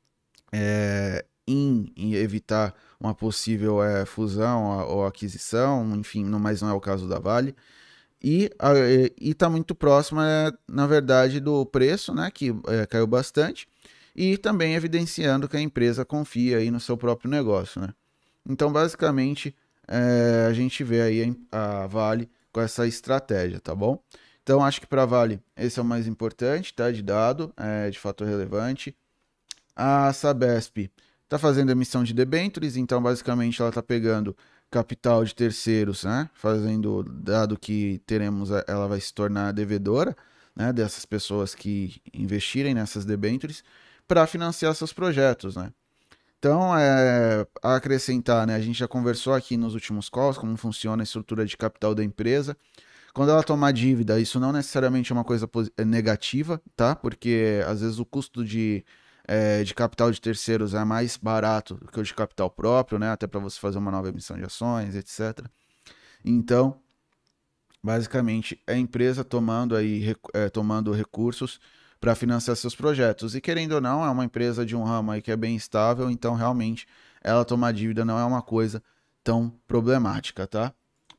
em evitar uma possível fusão ou aquisição, enfim, mas não é o caso da Vale. E está muito próxima, na verdade, do preço, né, que caiu bastante, e também evidenciando que a empresa confia aí no seu próprio negócio, né? Então, basicamente, a gente vê aí a Vale com essa estratégia, tá bom? Então, acho que para a Vale esse é o mais importante, tá? De dado, de fator relevante. A Sabesp está fazendo emissão de debêntures, então, basicamente, ela está pegando capital de terceiros, né? Dado que ela vai se tornar devedora, né? Dessas pessoas que investirem nessas debêntures para financiar seus projetos, né? Então, a acrescentar, né? A gente já conversou aqui nos últimos calls como funciona a estrutura de capital da empresa. Quando ela toma dívida, isso não necessariamente é uma coisa negativa, tá? Porque às vezes o custo de capital de terceiros é mais barato do que o de capital próprio, né? Até para você fazer uma nova emissão de ações, etc. Então, basicamente, é a empresa tomando recursos para financiar seus projetos. E querendo ou não, é uma empresa de um ramo aí que é bem estável, então realmente ela tomar dívida não é uma coisa tão problemática, tá?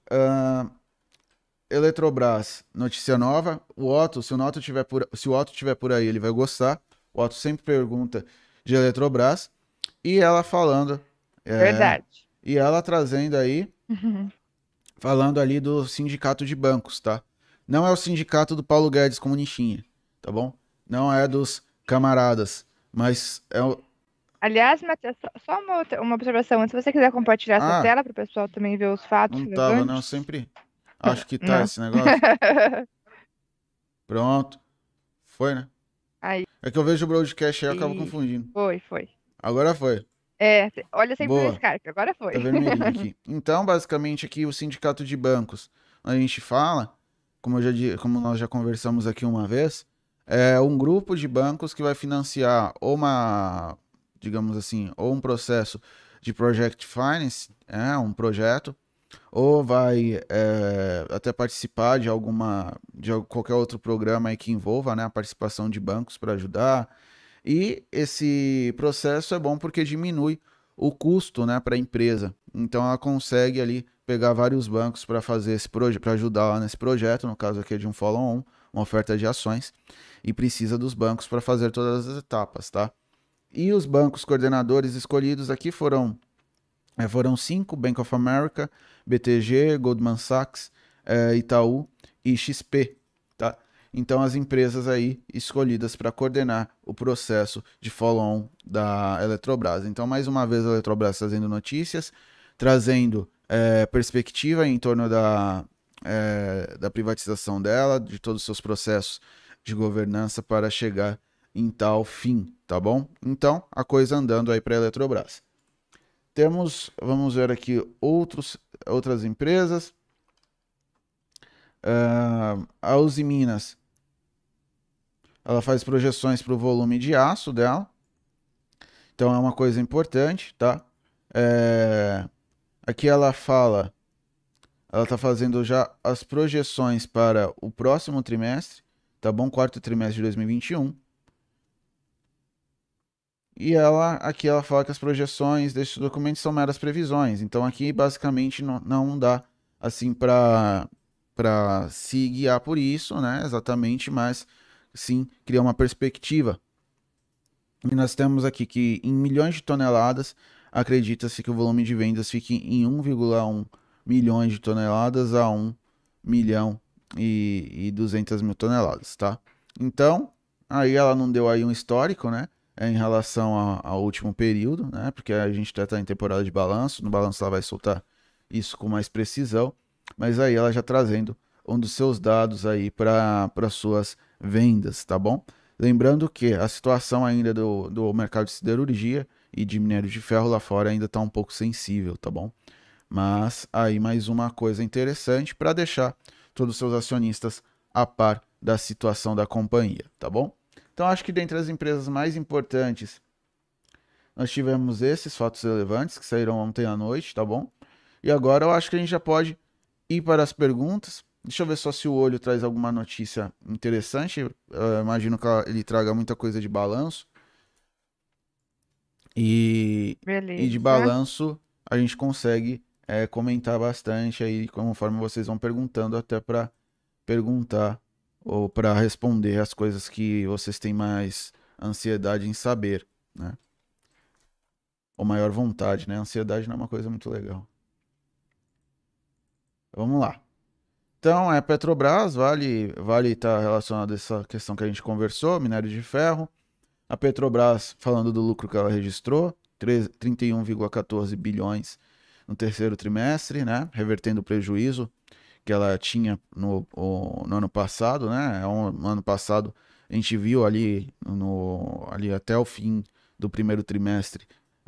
Eletrobras, notícia nova. O Otto, se o Otto tiver por aí, ele vai gostar. O Otto sempre pergunta de Eletrobras. E ela falando.
Verdade.
E ela trazendo aí, falando ali do sindicato de bancos, tá? Não é o sindicato do Paulo Guedes como nichinha, tá bom? Não é dos camaradas, mas é o...
Aliás, Matheus, só uma observação. Se você quiser compartilhar sua
Ah,
tela para o pessoal também ver os fatos
não tava, não,
relevantes.
sempre acho que tá
Não.
esse negócio. Pronto. Foi, né?
Aí,
É que eu vejo o broadcast aí e eu acabo
isso.
confundindo.
Foi.
Agora foi.
Olha sempre no
Boa.
Skype, agora foi.
Tá vermelhinho aqui. Então, basicamente, aqui o sindicato de bancos, a gente fala, como nós já conversamos aqui uma vez, é um grupo de bancos que vai financiar ou digamos assim, ou um processo de project finance, um projeto, ou vai até participar de qualquer outro programa aí que envolva, né, a participação de bancos para ajudar. E esse processo é bom porque diminui o custo, né, para a empresa. Então ela consegue ali pegar vários bancos para fazer esse projeto, para ajudar lá nesse projeto, no caso aqui é de um follow-on, uma oferta de ações, e precisa dos bancos para fazer todas as etapas, tá? E os bancos coordenadores escolhidos aqui foram 5, Bank of America, BTG, Goldman Sachs, Itaú e XP, tá? Então, as empresas aí escolhidas para coordenar o processo de follow-on da Eletrobras. Então, mais uma vez, a Eletrobras trazendo notícias, trazendo perspectiva em torno da privatização dela, de todos os seus processos de governança para chegar em tal fim, tá bom? Então, a coisa andando aí para a Eletrobras. Vamos ver aqui outras empresas. A Uzi Minas, ela faz projeções para o volume de aço dela, então é uma coisa importante, tá? Aqui ela está fazendo já as projeções para o próximo trimestre, tá bom? Quarto trimestre de 2021. E aqui ela fala que as projeções desses documentos são meras previsões, então aqui basicamente não dá assim para se guiar por isso, né, exatamente, mas sim criar uma perspectiva. E nós temos aqui que em milhões de toneladas, acredita-se que o volume de vendas fique em 1,1 milhões de toneladas a 1 milhão e 200 mil toneladas, tá? Então, aí ela não deu aí um histórico, né, em relação ao último período, né, porque a gente já está em temporada de balanço, no balanço ela vai soltar isso com mais precisão, mas aí ela já trazendo um dos seus dados aí para suas vendas, tá bom? Lembrando que a situação ainda do mercado de siderurgia e de minério de ferro lá fora ainda está um pouco sensível, tá bom? Mas aí mais uma coisa interessante para deixar todos os seus acionistas a par da situação da companhia, tá bom? Então acho que dentre as empresas mais importantes nós tivemos esses fatos relevantes que saíram ontem à noite, tá bom? E agora eu acho que a gente já pode ir para as perguntas. Deixa eu ver só se o olho traz alguma notícia interessante. Eu imagino que ele traga muita coisa de balanço. E de balanço a gente consegue comentar bastante aí, conforme vocês vão perguntando, até para perguntar ou para responder as coisas que vocês têm mais ansiedade em saber, né? Ou maior vontade, né? Ansiedade não é uma coisa muito legal. Vamos lá. Então, Petrobras, Vale está relacionado a essa questão que a gente conversou, minério de ferro. A Petrobras, falando do lucro que ela registrou, 31,14 bilhões no terceiro trimestre, né? Revertendo o prejuízo que ela tinha no ano passado, né? No ano passado a gente viu ali até o fim do primeiro trimestre,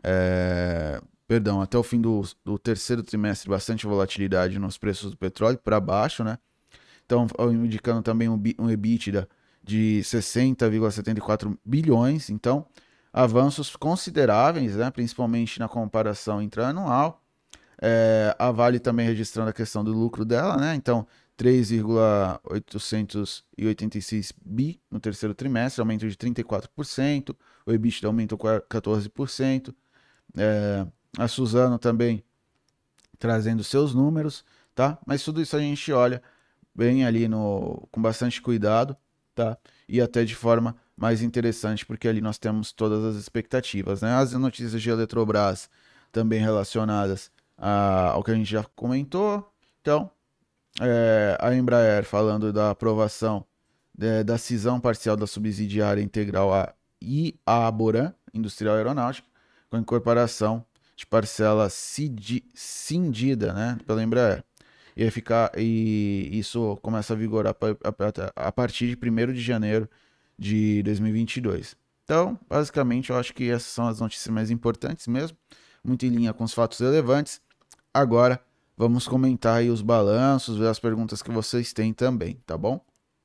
até o fim do terceiro trimestre, bastante volatilidade nos preços do petróleo para baixo, né? Então, indicando também um EBITDA de 60,74 bilhões, então avanços consideráveis, né? Principalmente na comparação intra-anual. A Vale também registrando a questão do lucro dela, né? Então, 3,886 bi no terceiro trimestre, aumento de 34%. O EBITDA aumentou 14%. A Suzano também trazendo seus números, tá? Mas tudo isso a gente olha bem ali com bastante cuidado, tá? E até de forma mais interessante, porque ali nós temos todas as expectativas, né? As notícias de Eletrobras também relacionadas ao que a gente já comentou. Então, a Embraer falando da aprovação da cisão parcial da subsidiária integral e a Aboram, Industrial Aeronáutica, com a incorporação de parcela cindida, né, pela Embraer. E isso começa a vigorar a partir de 1º de janeiro de 2022. Então, basicamente, eu acho que essas são as notícias mais importantes mesmo, muito em linha com os fatos relevantes. Agora, vamos comentar aí os balanços, ver as perguntas que vocês têm também, tá bom?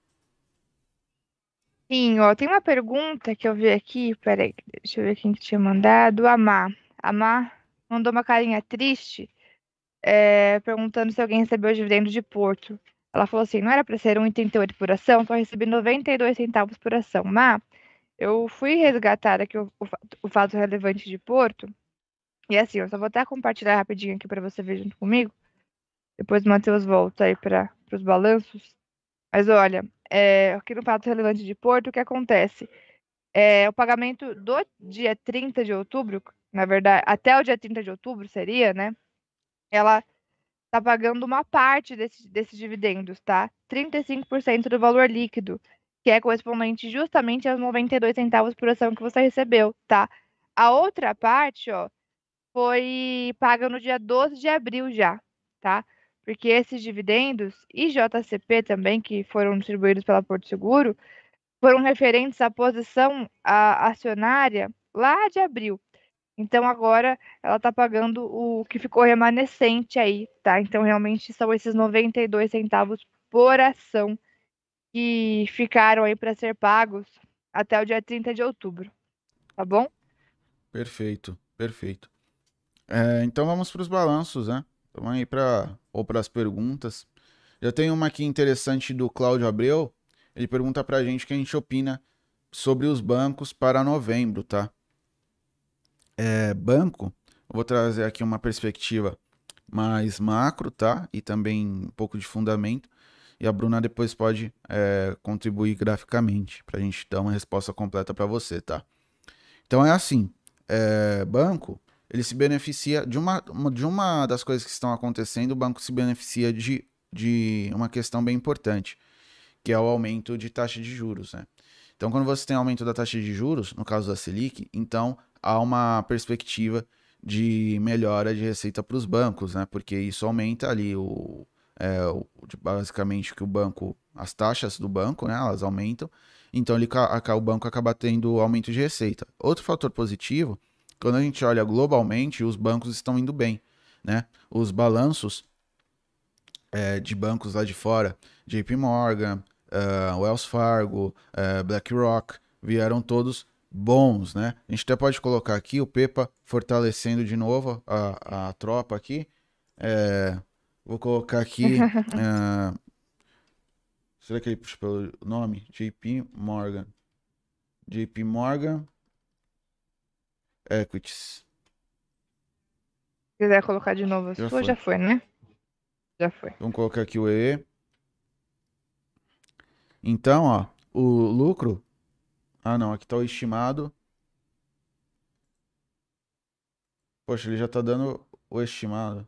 Sim, ó, tem uma pergunta que eu vi aqui, peraí, deixa eu ver quem que tinha mandado, a Má. A Má mandou uma carinha triste, perguntando se alguém recebeu o dividendo de Porto. Ela falou assim, não era para ser 1,38 por ação, só recebi 92 centavos por ação. Má, eu fui resgatar aqui o fato relevante de Porto, e assim, eu só vou até compartilhar rapidinho aqui para você ver junto comigo, depois o Matheus volta aí para os balanços. Mas olha, aqui no fato relevante de Porto, o que acontece? O pagamento do dia 30 de outubro, na verdade, até o dia 30 de outubro seria, né? Ela está pagando uma parte desses dividendos, tá? 35% do valor líquido, que é correspondente justamente aos 92 centavos por ação que você recebeu, tá? A outra parte, ó, foi paga no dia 12 de abril já, tá? Porque esses dividendos e JCP também, que foram distribuídos pela Porto Seguro, foram referentes à posição acionária lá de abril. Então agora ela está pagando o que ficou remanescente aí, tá? Então realmente são esses 92 centavos por ação que ficaram aí para ser pagos até o dia 30 de outubro, tá bom?
Perfeito, perfeito. Então vamos para os balanços, né? Vamos aí para as perguntas. Já tem uma aqui interessante do Cláudio Abreu. Ele pergunta para a gente o que a gente opina sobre os bancos para novembro, tá? Banco, eu vou trazer aqui uma perspectiva mais macro, tá? E também um pouco de fundamento. E a Bruna depois pode contribuir graficamente para a gente dar uma resposta completa para você, tá? Então é assim, banco, ele se beneficia de uma das coisas que estão acontecendo, o banco se beneficia de uma questão bem importante, que é o aumento de taxa de juros, né? Então, quando você tem aumento da taxa de juros, no caso da Selic, então há uma perspectiva de melhora de receita para os bancos, né? Porque isso aumenta ali basicamente que o banco, as taxas do banco, né? Elas aumentam, então o banco acaba tendo aumento de receita. Outro fator positivo, quando a gente olha globalmente, os bancos estão indo bem, né? Os balanços de bancos lá de fora, JP Morgan, Wells Fargo, BlackRock, vieram todos bons, né? A gente até pode colocar aqui o Pepa fortalecendo de novo a tropa aqui. Vou colocar aqui... será que ele puxa pelo nome? JP Morgan. JP Morgan Equities.
Se quiser colocar de novo a sua, já foi, né? Já foi.
Vamos colocar aqui o EE. Então, ó, o lucro... Ah, não, aqui tá o estimado. Poxa, ele já tá dando o estimado.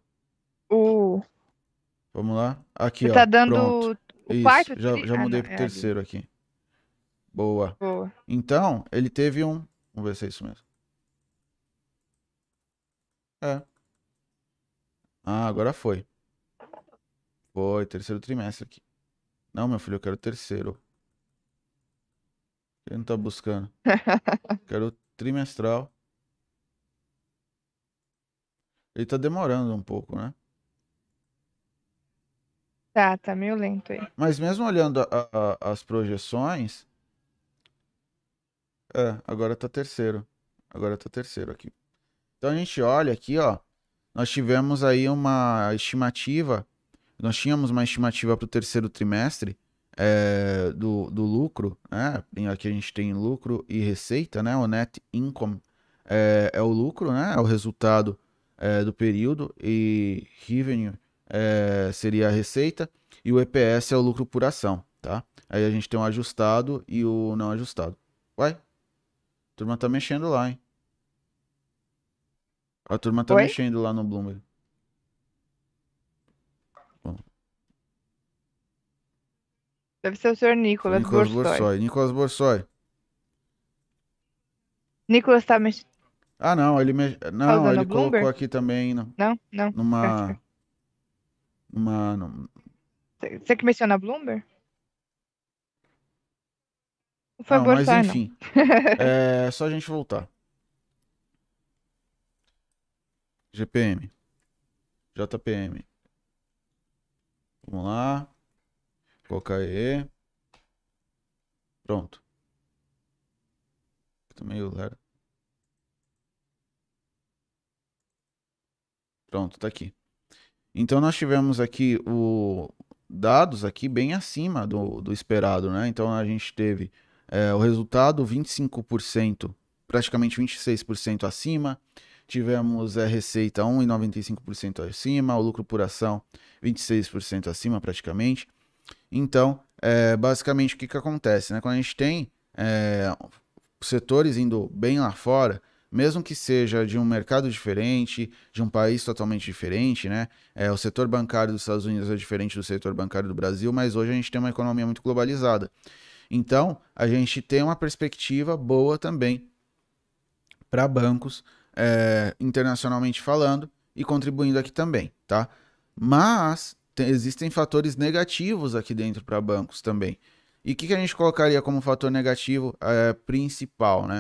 Vamos lá. Aqui,
Você
ó,
tá dando
pronto.
o
Isso,
quarto?
já mudei pro terceiro aqui. Boa. Então, ele teve um... Vamos ver se é isso mesmo. Agora foi. Foi, terceiro trimestre aqui. Não, meu filho, eu quero o terceiro. Ele não tá buscando. Quero trimestral. Ele tá demorando um pouco, né?
Tá meio lento aí.
Mas mesmo olhando as projeções... agora tá terceiro. Agora tá terceiro aqui. Então a gente olha aqui, ó. Nós tivemos aí uma estimativa nós tínhamos uma estimativa para o terceiro trimestre do lucro, né? Aqui a gente tem lucro e receita, né? O net income é o lucro, né? É o resultado do período, e revenue seria a receita, e o EPS é o lucro por ação, tá? Aí a gente tem o ajustado e o não ajustado. Uai, a turma tá mexendo lá, hein? A turma tá
Oi?
mexendo lá no Bloomberg.
Deve ser o senhor Nicolas
Nicolas
Borsoi.
Borsoi. Nicolas Borsoi.
Nicolas tá,
Ah, não,
tá
não,
usando
ele
a
colocou
Bloomberg?
aqui também
Não? Não.
numa,
Você que menciona a Bloomberg? Não foi o
não, mas
Borsoi, não.
enfim, é só a gente voltar. GPM, JPM. Vamos lá, colocar E. Pronto. Tô meio lerdo. Pronto, tá aqui. Então nós tivemos aqui dados aqui bem acima do esperado, né? Então a gente teve o resultado 25%, praticamente 26% acima. Tivemos receita 1,95% acima, o lucro por ação 26% acima praticamente. Então, basicamente o que acontece, né? Quando a gente tem setores indo bem lá fora, mesmo que seja de um mercado diferente, de um país totalmente diferente, né? O setor bancário dos Estados Unidos é diferente do setor bancário do Brasil, mas hoje a gente tem uma economia muito globalizada. Então, a gente tem uma perspectiva boa também para bancos, internacionalmente falando, e contribuindo aqui também, tá? Mas existem fatores negativos aqui dentro para bancos também. E o que a gente colocaria como fator negativo principal, né?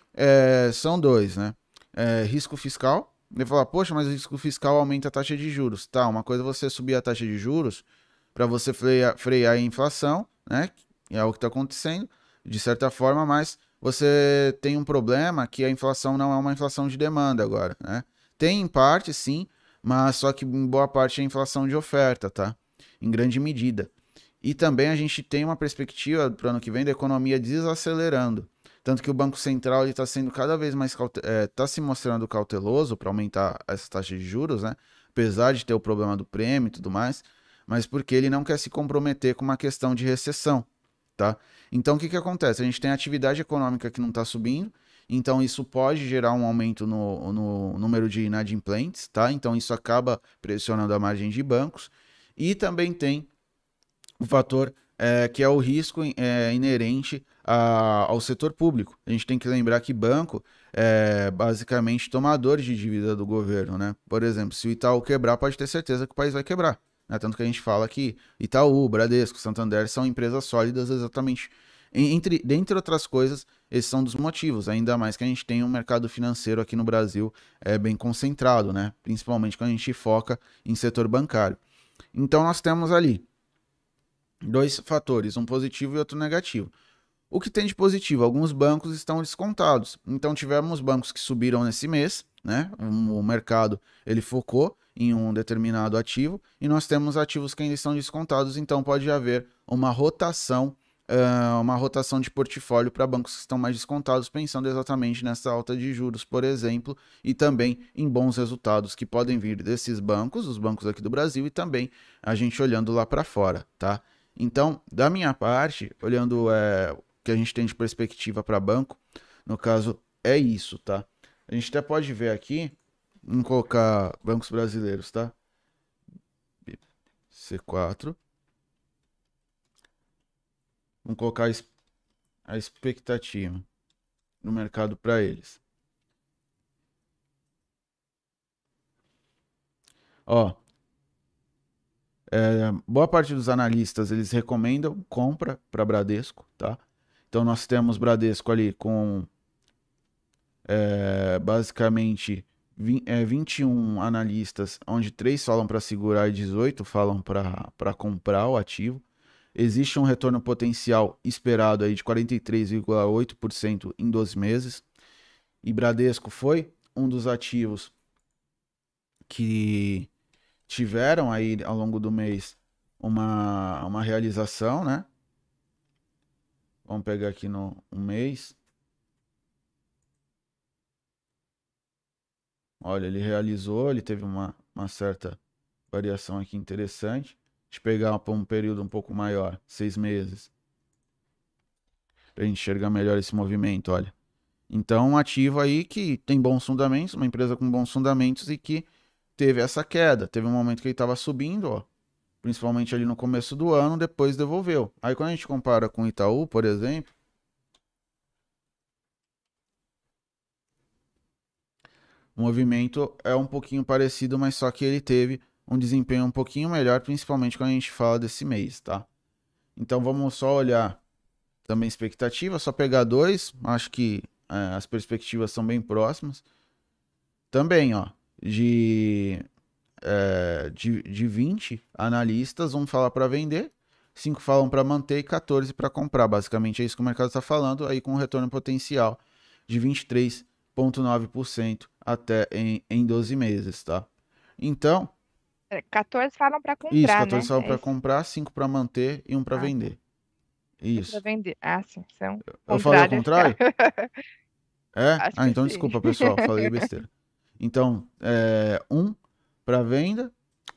São dois, né? Risco fiscal. Ele fala, poxa, mas o risco fiscal aumenta a taxa de juros. Tá, uma coisa é você subir a taxa de juros para você frear a inflação, né? É o que está acontecendo, de certa forma, mas você tem um problema que a inflação não é uma inflação de demanda agora, né? Tem em parte, sim, mas só que em boa parte é inflação de oferta, tá? Em grande medida. E também a gente tem uma perspectiva para o ano que vem da economia desacelerando. Tanto que o Banco Central está sendo cada vez mais está se mostrando cauteloso para aumentar essa taxa de juros, né? Apesar de ter o problema do prêmio e tudo mais, mas porque ele não quer se comprometer com uma questão de recessão, tá? Então o que acontece? A gente tem atividade econômica que não está subindo, então isso pode gerar um aumento no número de inadimplentes, tá? Então isso acaba pressionando a margem de bancos. E também tem o fator que é o risco inerente ao setor público. A gente tem que lembrar que banco é basicamente tomador de dívida do governo, né? Por exemplo, se o Itaú quebrar, pode ter certeza que o país vai quebrar, né? Tanto que a gente fala que Itaú, Bradesco, Santander são empresas sólidas exatamente. Dentre outras coisas, esses são dos motivos, ainda mais que a gente tem um mercado financeiro aqui no Brasil bem concentrado, né? Principalmente quando a gente foca em setor bancário. Então nós temos ali dois fatores, um positivo e outro negativo. O que tem de positivo? Alguns bancos estão descontados. Então tivemos bancos que subiram nesse mês, né? O mercado ele focou em um determinado ativo e nós temos ativos que ainda estão descontados. Então pode haver uma rotação de portfólio para bancos que estão mais descontados, pensando exatamente nessa alta de juros, por exemplo, e também em bons resultados que podem vir desses bancos, os bancos aqui do Brasil, e também a gente olhando lá para fora, tá? Então, da minha parte, olhando o que a gente tem de perspectiva para banco, no caso, é isso, tá? A gente até pode ver aqui, vamos colocar bancos brasileiros, tá? C4. Vamos colocar a expectativa no mercado para eles. Ó, boa parte dos analistas, eles recomendam compra para Bradesco, tá? Então nós temos Bradesco ali com basicamente 21 analistas, onde 3 falam para segurar e 18 falam para comprar o ativo. Existe um retorno potencial esperado aí de 43,8% em 12 meses. E Bradesco foi um dos ativos que tiveram aí ao longo do mês uma realização, né? Vamos pegar aqui no um mês. Olha, ele realizou, ele teve uma certa variação aqui interessante. Deixa eu pegar para um período um pouco maior, 6 meses. Para a gente enxergar melhor esse movimento, olha. Então, um ativo aí que tem bons fundamentos, uma empresa com bons fundamentos e que teve essa queda. Teve um momento que ele estava subindo, ó, principalmente ali no começo do ano, depois devolveu. Aí quando a gente compara com o Itaú, por exemplo, o movimento é um pouquinho parecido, mas só que ele teve um desempenho um pouquinho melhor, principalmente quando a gente fala desse mês, tá? Então vamos só olhar também expectativa, só pegar dois, acho que as perspectivas são bem próximas. Também, ó, de 20 analistas, um fala para vender, 5 falam para manter e 14 para comprar. Basicamente é isso que o mercado está falando, aí com um retorno potencial de 23,9% até em 12 meses, tá? Então,
14 falam para comprar,
isso,
né?
14 falam
É
para
isso.
comprar, 5 para manter e 1 para vender.
Para
Isso.
vender. Ah, sim. São
Eu falei ao
contrárias.
contrário? É?
Acho
Ah,
que
então
sim.
desculpa, pessoal, falei besteira. Então, 1 para venda,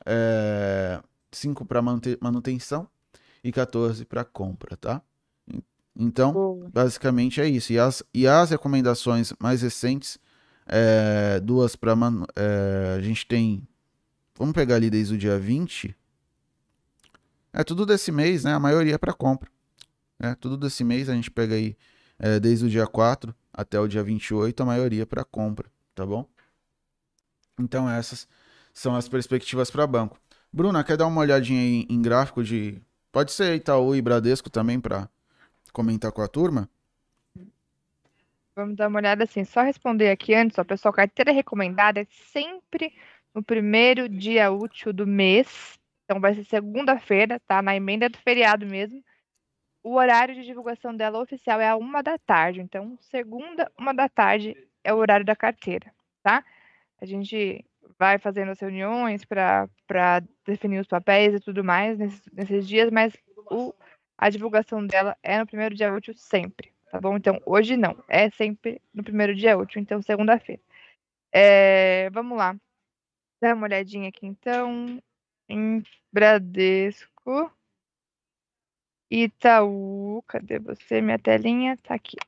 5 para manutenção e 14 para compra, tá? Então,
Boa.
basicamente é isso. E as recomendações mais recentes, duas para a gente tem, vamos pegar ali desde o dia 20, é tudo desse mês, né? A maioria é para compra. Tudo desse mês a gente pega aí desde o dia 4 até o dia 28, a maioria para compra, tá bom? Então essas são as perspectivas para banco. Bruna, quer dar uma olhadinha aí em gráfico de... Pode ser Itaú e Bradesco também para comentar com a turma?
Vamos dar uma olhada assim. Só responder aqui antes, ó, pessoal. Carteira recomendada é sempre no primeiro dia útil do mês. Então vai ser segunda-feira, tá? Na emenda do feriado mesmo. O horário de divulgação dela oficial é a 1 da tarde. Então, segunda, 1 da tarde é o horário da carteira, tá? A gente vai fazendo as reuniões para definir os papéis e tudo mais nesses dias, mas a divulgação dela é no primeiro dia útil sempre, tá bom? Então, hoje não, é sempre no primeiro dia útil, então segunda-feira. Vamos lá. Dá uma olhadinha aqui, então, em Bradesco, Itaú, cadê você? Minha telinha tá aqui.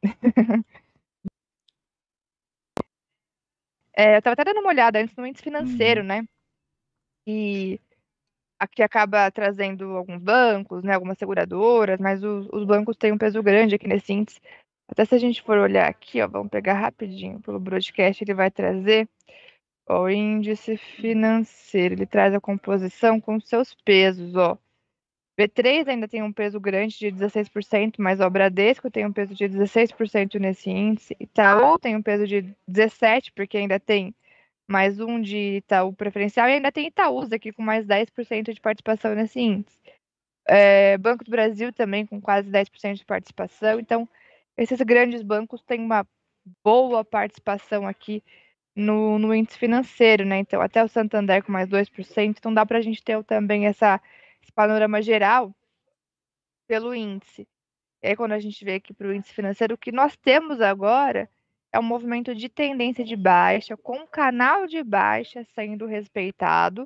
Eu tava até dando uma olhada antes no índice financeiro, né? E aqui acaba trazendo alguns bancos, né? Algumas seguradoras, mas os bancos têm um peso grande aqui nesse índice. Até se a gente for olhar aqui, ó, vamos pegar rapidinho pelo broadcast, ele vai trazer ó, o índice financeiro. Ele traz a composição com seus pesos, ó. B3 ainda tem um peso grande de 16%, mas o Bradesco tem um peso de 16% nesse índice. Itaú tem um peso de 17%, porque ainda tem mais um de Itaú preferencial e ainda tem Itaúsa aqui com mais 10% de participação nesse índice. Banco do Brasil também com quase 10% de participação. Então, esses grandes bancos têm uma boa participação aqui no índice financeiro, né? Então, até o Santander com mais 2%. Então, dá para a gente ter também esse panorama geral pelo índice. E aí, quando a gente vê aqui para o índice financeiro, o que nós temos agora é um movimento de tendência de baixa, com canal de baixa sendo respeitado.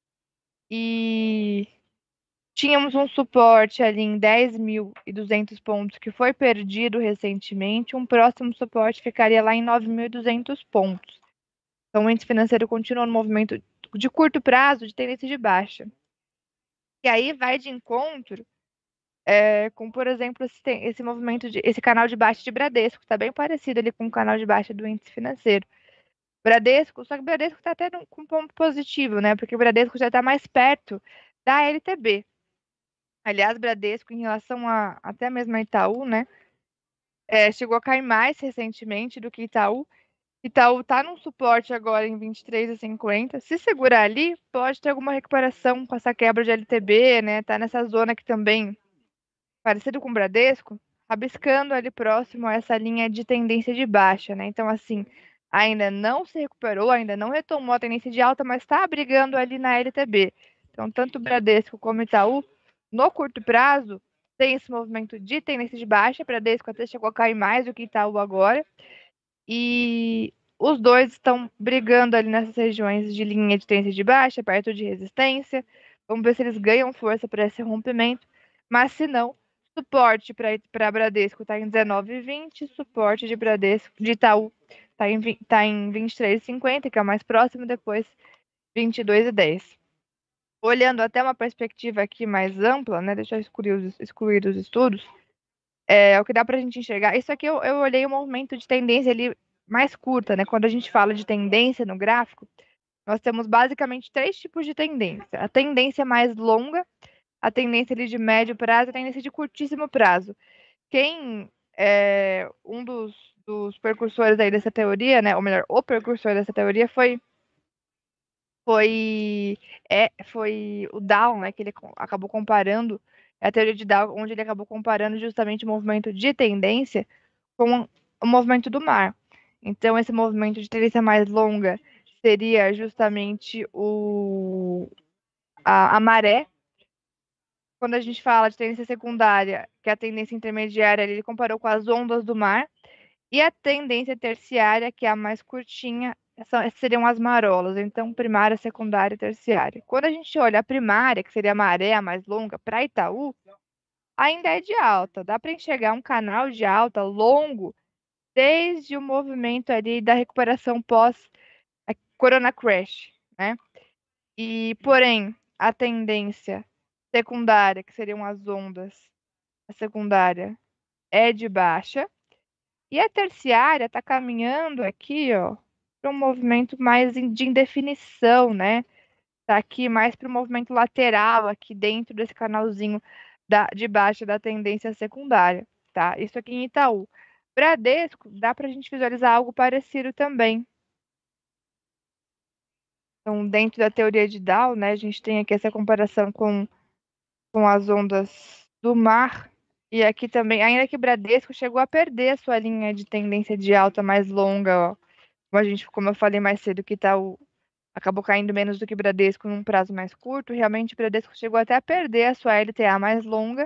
E tínhamos um suporte ali em 10.200 pontos que foi perdido recentemente. Um próximo suporte ficaria lá em 9.200 pontos. Então, o índice financeiro continua no movimento de curto prazo de tendência de baixa. E aí vai de encontro com, por exemplo, esse movimento, esse canal de baixa de Bradesco, está bem parecido ali com o canal de baixa do índice financeiro. Bradesco, só que o Bradesco está até com um ponto positivo, né? Porque o Bradesco já está mais perto da LTB. Aliás, Bradesco, em relação até mesmo a Itaú, né? Chegou a cair mais recentemente do que Itaú. Itaú está num suporte agora em 23,50. Se segurar ali, pode ter alguma recuperação com essa quebra de LTB, né? Tá nessa zona que também parecido com o Bradesco, rabiscando ali próximo a essa linha de tendência de baixa, né? Então, assim, ainda não se recuperou, ainda não retomou a tendência de alta, mas está brigando ali na LTB. Então, tanto o Bradesco como o Itaú, no curto prazo, tem esse movimento de tendência de baixa. O Bradesco até chegou a cair mais do que Itaú agora. E os dois estão brigando ali nessas regiões de linha de tendência de baixa, perto de resistência. Vamos ver se eles ganham força para esse rompimento. Mas se não, suporte para Bradesco está em 19,20, suporte de Bradesco de Itaú está em 23,50, que é o mais próximo, depois 22,10. Olhando até uma perspectiva aqui mais ampla, né? Deixa eu excluir os estudos. O que dá para a gente enxergar. Isso aqui eu olhei o movimento de tendência ali mais curta, né? Quando a gente fala de tendência no gráfico, nós temos basicamente 3 tipos de tendência. A tendência mais longa, a tendência ali de médio prazo e a tendência de curtíssimo prazo. Quem é um dos precursores aí dessa teoria, né? Ou melhor, o precursor dessa teoria foi o Dow, né? Que ele acabou comparando, a teoria de Dow, onde ele acabou comparando justamente o movimento de tendência com o movimento do mar. Então, esse movimento de tendência mais longa seria justamente a maré. Quando a gente fala de tendência secundária, que é a tendência intermediária, ele comparou com as ondas do mar. E a tendência terciária, que é a mais curtinha, seriam as marolas. Então, primária, secundária e terciária. Quando a gente olha a primária, que seria a maré a mais longa, para Itaú, ainda é de alta. Dá para enxergar um canal de alta longo desde o movimento ali da recuperação pós a Corona Crash, né? E, porém, a tendência secundária, que seriam as ondas, a secundária é de baixa. E a terciária está caminhando aqui, ó, para um movimento mais de indefinição, né? Está aqui mais para o movimento lateral, aqui dentro desse canalzinho de baixa da tendência secundária, tá? Isso aqui em Itaú. Bradesco, dá para a gente visualizar algo parecido também. Então, dentro da teoria de Dow, né, a gente tem aqui essa comparação com as ondas do mar. E aqui também, ainda que Bradesco chegou a perder a sua linha de tendência de alta mais longa, ó. Como eu falei mais cedo, que Itaú acabou caindo menos do que Bradesco num prazo mais curto. Realmente, Bradesco chegou até a perder a sua LTA mais longa.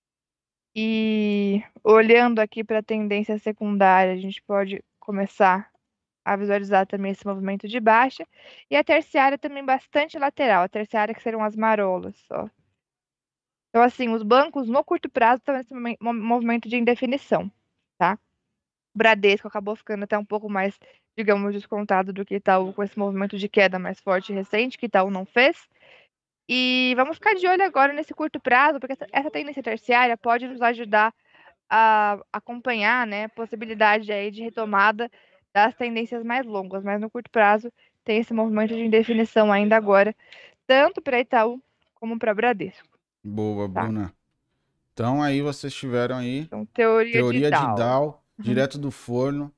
E olhando aqui para a tendência secundária, a gente pode começar a visualizar também esse movimento de baixa. E a terciária também bastante lateral. A terciária que serão as marolas, ó. Então, assim, os bancos no curto prazo estão nesse movimento de indefinição, tá? O Bradesco acabou ficando até um pouco mais, digamos, descontado do que Itaú, com esse movimento de queda mais forte e recente, que Itaú não fez. E vamos ficar de olho agora nesse curto prazo, porque essa tendência terciária pode nos ajudar a acompanhar, né, possibilidade aí de retomada das tendências mais longas, mas no curto prazo tem esse movimento de indefinição ainda agora, tanto para Itaú como para Bradesco.
Boa,
Tá.
Bruna. Então aí vocês tiveram aí
Então, teoria de
Dow, direto do forno,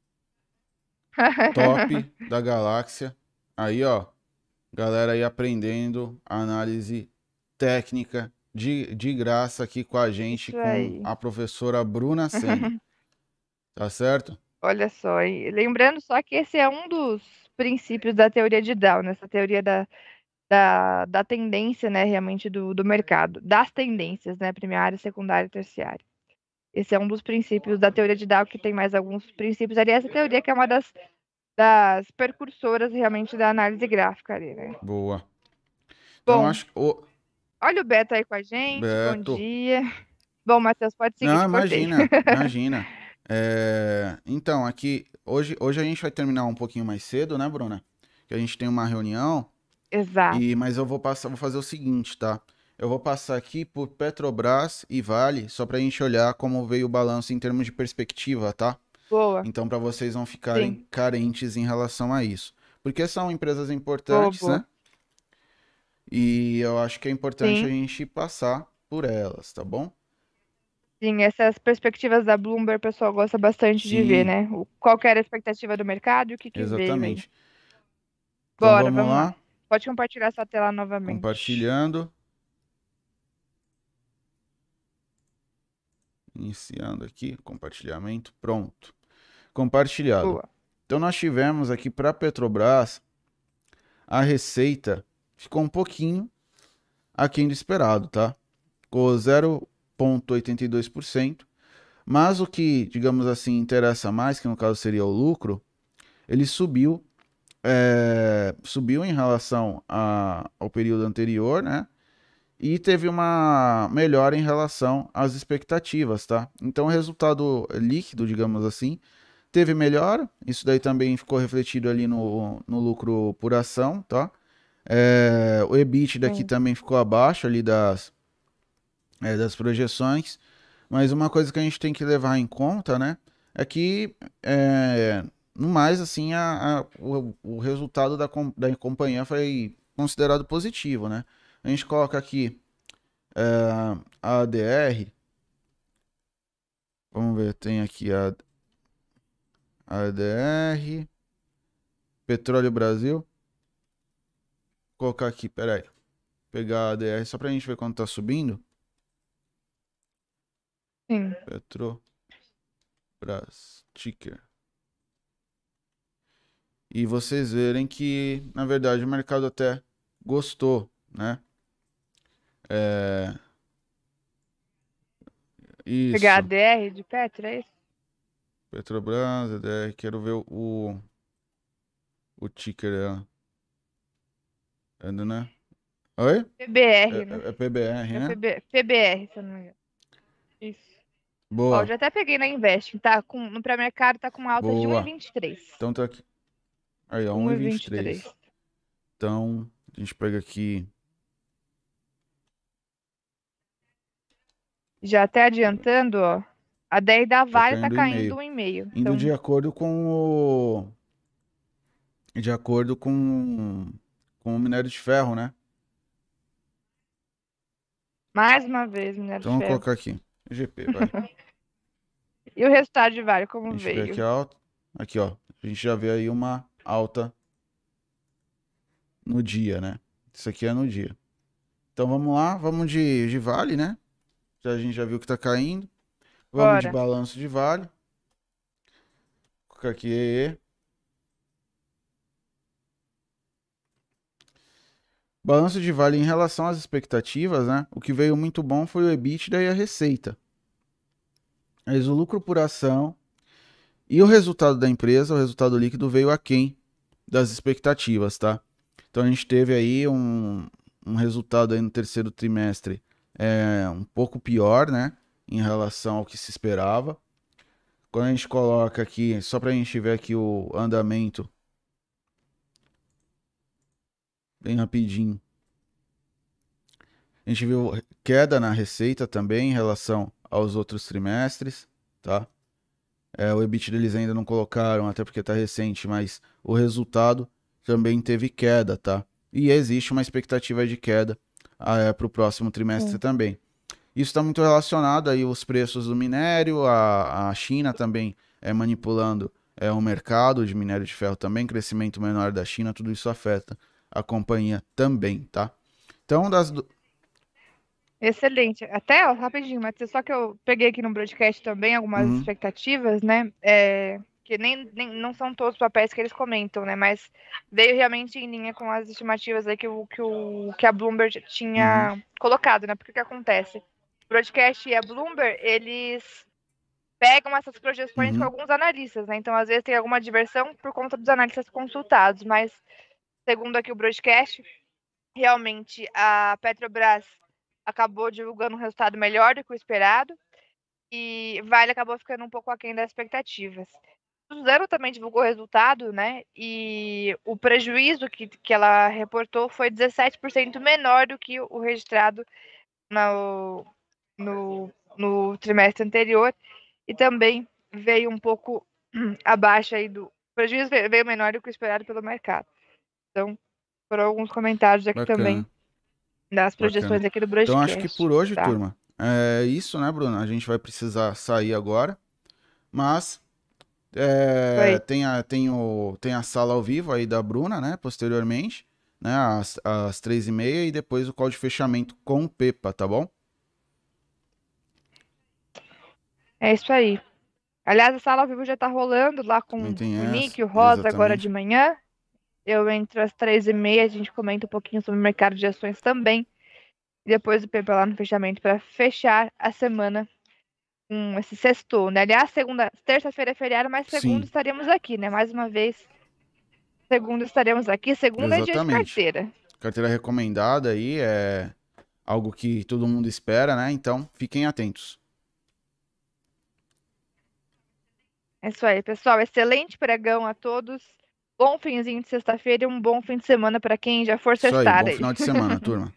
top da galáxia. Aí, ó, galera aí aprendendo análise técnica de graça aqui com a gente,
Isso
com
aí.
a professora Bruna Sen. Tá certo?
Olha só, e lembrando só que esse é um dos princípios da teoria de Dow, nessa teoria da tendência, né, realmente do mercado, das tendências, né, primária, secundária e terciária. Esse é um dos princípios da teoria de Dow, que tem mais alguns princípios ali. Essa teoria que é uma das percursoras realmente da análise gráfica ali, né?
Boa. Então
Bom,
acho que.
olha o Beto aí com a gente, bom
Beto.
dia. Bom, Matheus, pode seguir,
Não,
te cortei.
imagina. Então, aqui, hoje a gente vai terminar um pouquinho mais cedo, né, Bruna? Que a gente tem uma reunião.
Exato.
Mas eu vou fazer o seguinte, tá? Eu vou passar aqui por Petrobras e Vale, só pra gente olhar como veio o balanço em termos de perspectiva, tá?
Boa.
Então, para vocês não ficarem carentes em relação a isso. Porque são empresas importantes,
Boa.
né? E eu acho que é importante
Sim.
a gente passar por elas, tá bom?
Sim, essas perspectivas da Bloomberg o pessoal gosta bastante de ver,
Sim.
né? Qual que era a expectativa do mercado e o que veio aí.
Exatamente. Então
Bora,
vamos
vamos
lá.
lá. Pode compartilhar sua tela novamente.
Compartilhando. Iniciando aqui, compartilhamento. Pronto. Compartilhado.
Boa.
Então nós tivemos aqui para a Petrobras, a receita ficou um pouquinho aquém do esperado, tá? Ficou 0,82%, mas o que, digamos assim, interessa mais, que no caso seria o lucro, ele subiu em relação ao período anterior, né? E teve uma melhora em relação às expectativas, tá? Então o resultado líquido, digamos assim, teve melhora. Isso daí também ficou refletido ali no lucro por ação, tá? O EBITDA aqui também ficou abaixo ali das projeções. Mas uma coisa que a gente tem que levar em conta, né? É que, no mais, assim, o resultado da companhia foi considerado positivo, né? A gente coloca aqui a ADR. Vamos ver, tem aqui a ADR. Petróleo Brasil. Vou colocar aqui, peraí. Pegar a ADR só pra gente ver quanto tá subindo.
Sim.
Petrobras Ticker. E vocês verem que, na verdade, o mercado até gostou, né? Isso.
Pegar a DR de Petro, é isso?
Petrobras, ADR, quero ver o ticker dela. Né? Oi?
PBR, né?
É PBR,
É
né?
PBR, se eu não me engano. Isso. Ó,
Boa,
eu já até peguei na Invest, tá? No pré-mercado tá com uma alta de
boa.
1,23.
Então tá aqui. Aí, ó, 1,23.
1,23.
Então, a gente pega aqui.
Já até adiantando, ó. A 10 da Vale tá
caindo
caindo 1,5.
Indo
Então,
de acordo com o. De acordo com o minério de ferro, né?
mais uma vez, minério
Então
de
vamos
ferro.
colocar aqui. GP, vai.
E o resultado de Vale,
A
como
gente vê aqui
veio?
a alta. Aqui, ó. A gente já vê aí uma alta no dia, né? Isso aqui é no dia. Então vamos lá, vamos de Vale, né? A gente já viu que tá caindo. Vamos de
Bora.
balanço de Vale. Vou colocar aqui EE. Balanço de Vale em relação às expectativas, né? O que veio muito bom foi o EBITDA e a receita. Mas o lucro por ação e o resultado da empresa, o resultado líquido, veio aquém das expectativas, tá? Então a gente teve aí um resultado aí no terceiro trimestre um pouco pior, né? Em relação ao que se esperava. Quando a gente coloca aqui, só para a gente ver aqui o andamento bem rapidinho. A gente viu queda na receita também em relação aos outros trimestres, tá? O EBITDA eles ainda não colocaram, até porque está recente, mas o resultado também teve queda, tá? E existe uma expectativa de queda para o próximo trimestre também. Isso está muito relacionado aí aos preços do minério, a China também manipulando o mercado de minério de ferro também, crescimento menor da China, tudo isso afeta a companhia também, tá? Então,
Excelente. Até, ó, rapidinho, Matheus, só que eu peguei aqui no broadcast também algumas
Uhum.
expectativas, né? Que nem não são todos os papéis que eles comentam, né? Mas veio realmente em linha com as estimativas aí que a Bloomberg tinha colocado, né? Porque o que acontece? O broadcast e a Bloomberg, eles pegam essas projeções com alguns analistas, né? Então, às vezes, tem alguma diversão por conta dos analistas consultados, mas segundo aqui o broadcast, realmente a Petrobras acabou divulgando um resultado melhor do que o esperado e Vale acabou ficando um pouco aquém das expectativas. Suzano também divulgou o resultado, né? E o prejuízo que ela reportou foi 17% menor do que o registrado no trimestre anterior e também veio um pouco abaixo aí do. O prejuízo veio menor do que o esperado pelo mercado. Então, foram alguns comentários aqui também
Bacana,
das
bacana.
projeções aqui do
Então acho que
broadcast.
por hoje,
tá?
turma, é isso, né, Bruno? A gente vai precisar sair agora, mas
Foi.
tem a sala ao vivo aí da Bruna, né, posteriormente, né, às 3h30 e depois o call de fechamento com o Pepa, tá bom?
É isso aí. Aliás, a sala ao vivo já tá rolando lá com
Também tem
o
essa,
Nick e o Rosa agora
exatamente.
de manhã. Eu entro às 3h30, a gente comenta um pouquinho sobre o mercado de ações também. E depois o Pepe lá no fechamento para fechar a semana com esse sextou, né? Aliás, terça-feira é feriado, mas segunda
Sim,
estaremos aqui, né? Mais uma vez, segunda estaremos aqui. Segunda é dia de
exatamente.
carteira.
Carteira recomendada aí é algo que todo mundo espera, né? Então, fiquem atentos.
É isso aí, pessoal. Excelente pregão a todos. Bom finzinho de sexta-feira e um bom fim de semana para quem já for
Isso aí,
sextar
bom
aí.
final de semana, turma.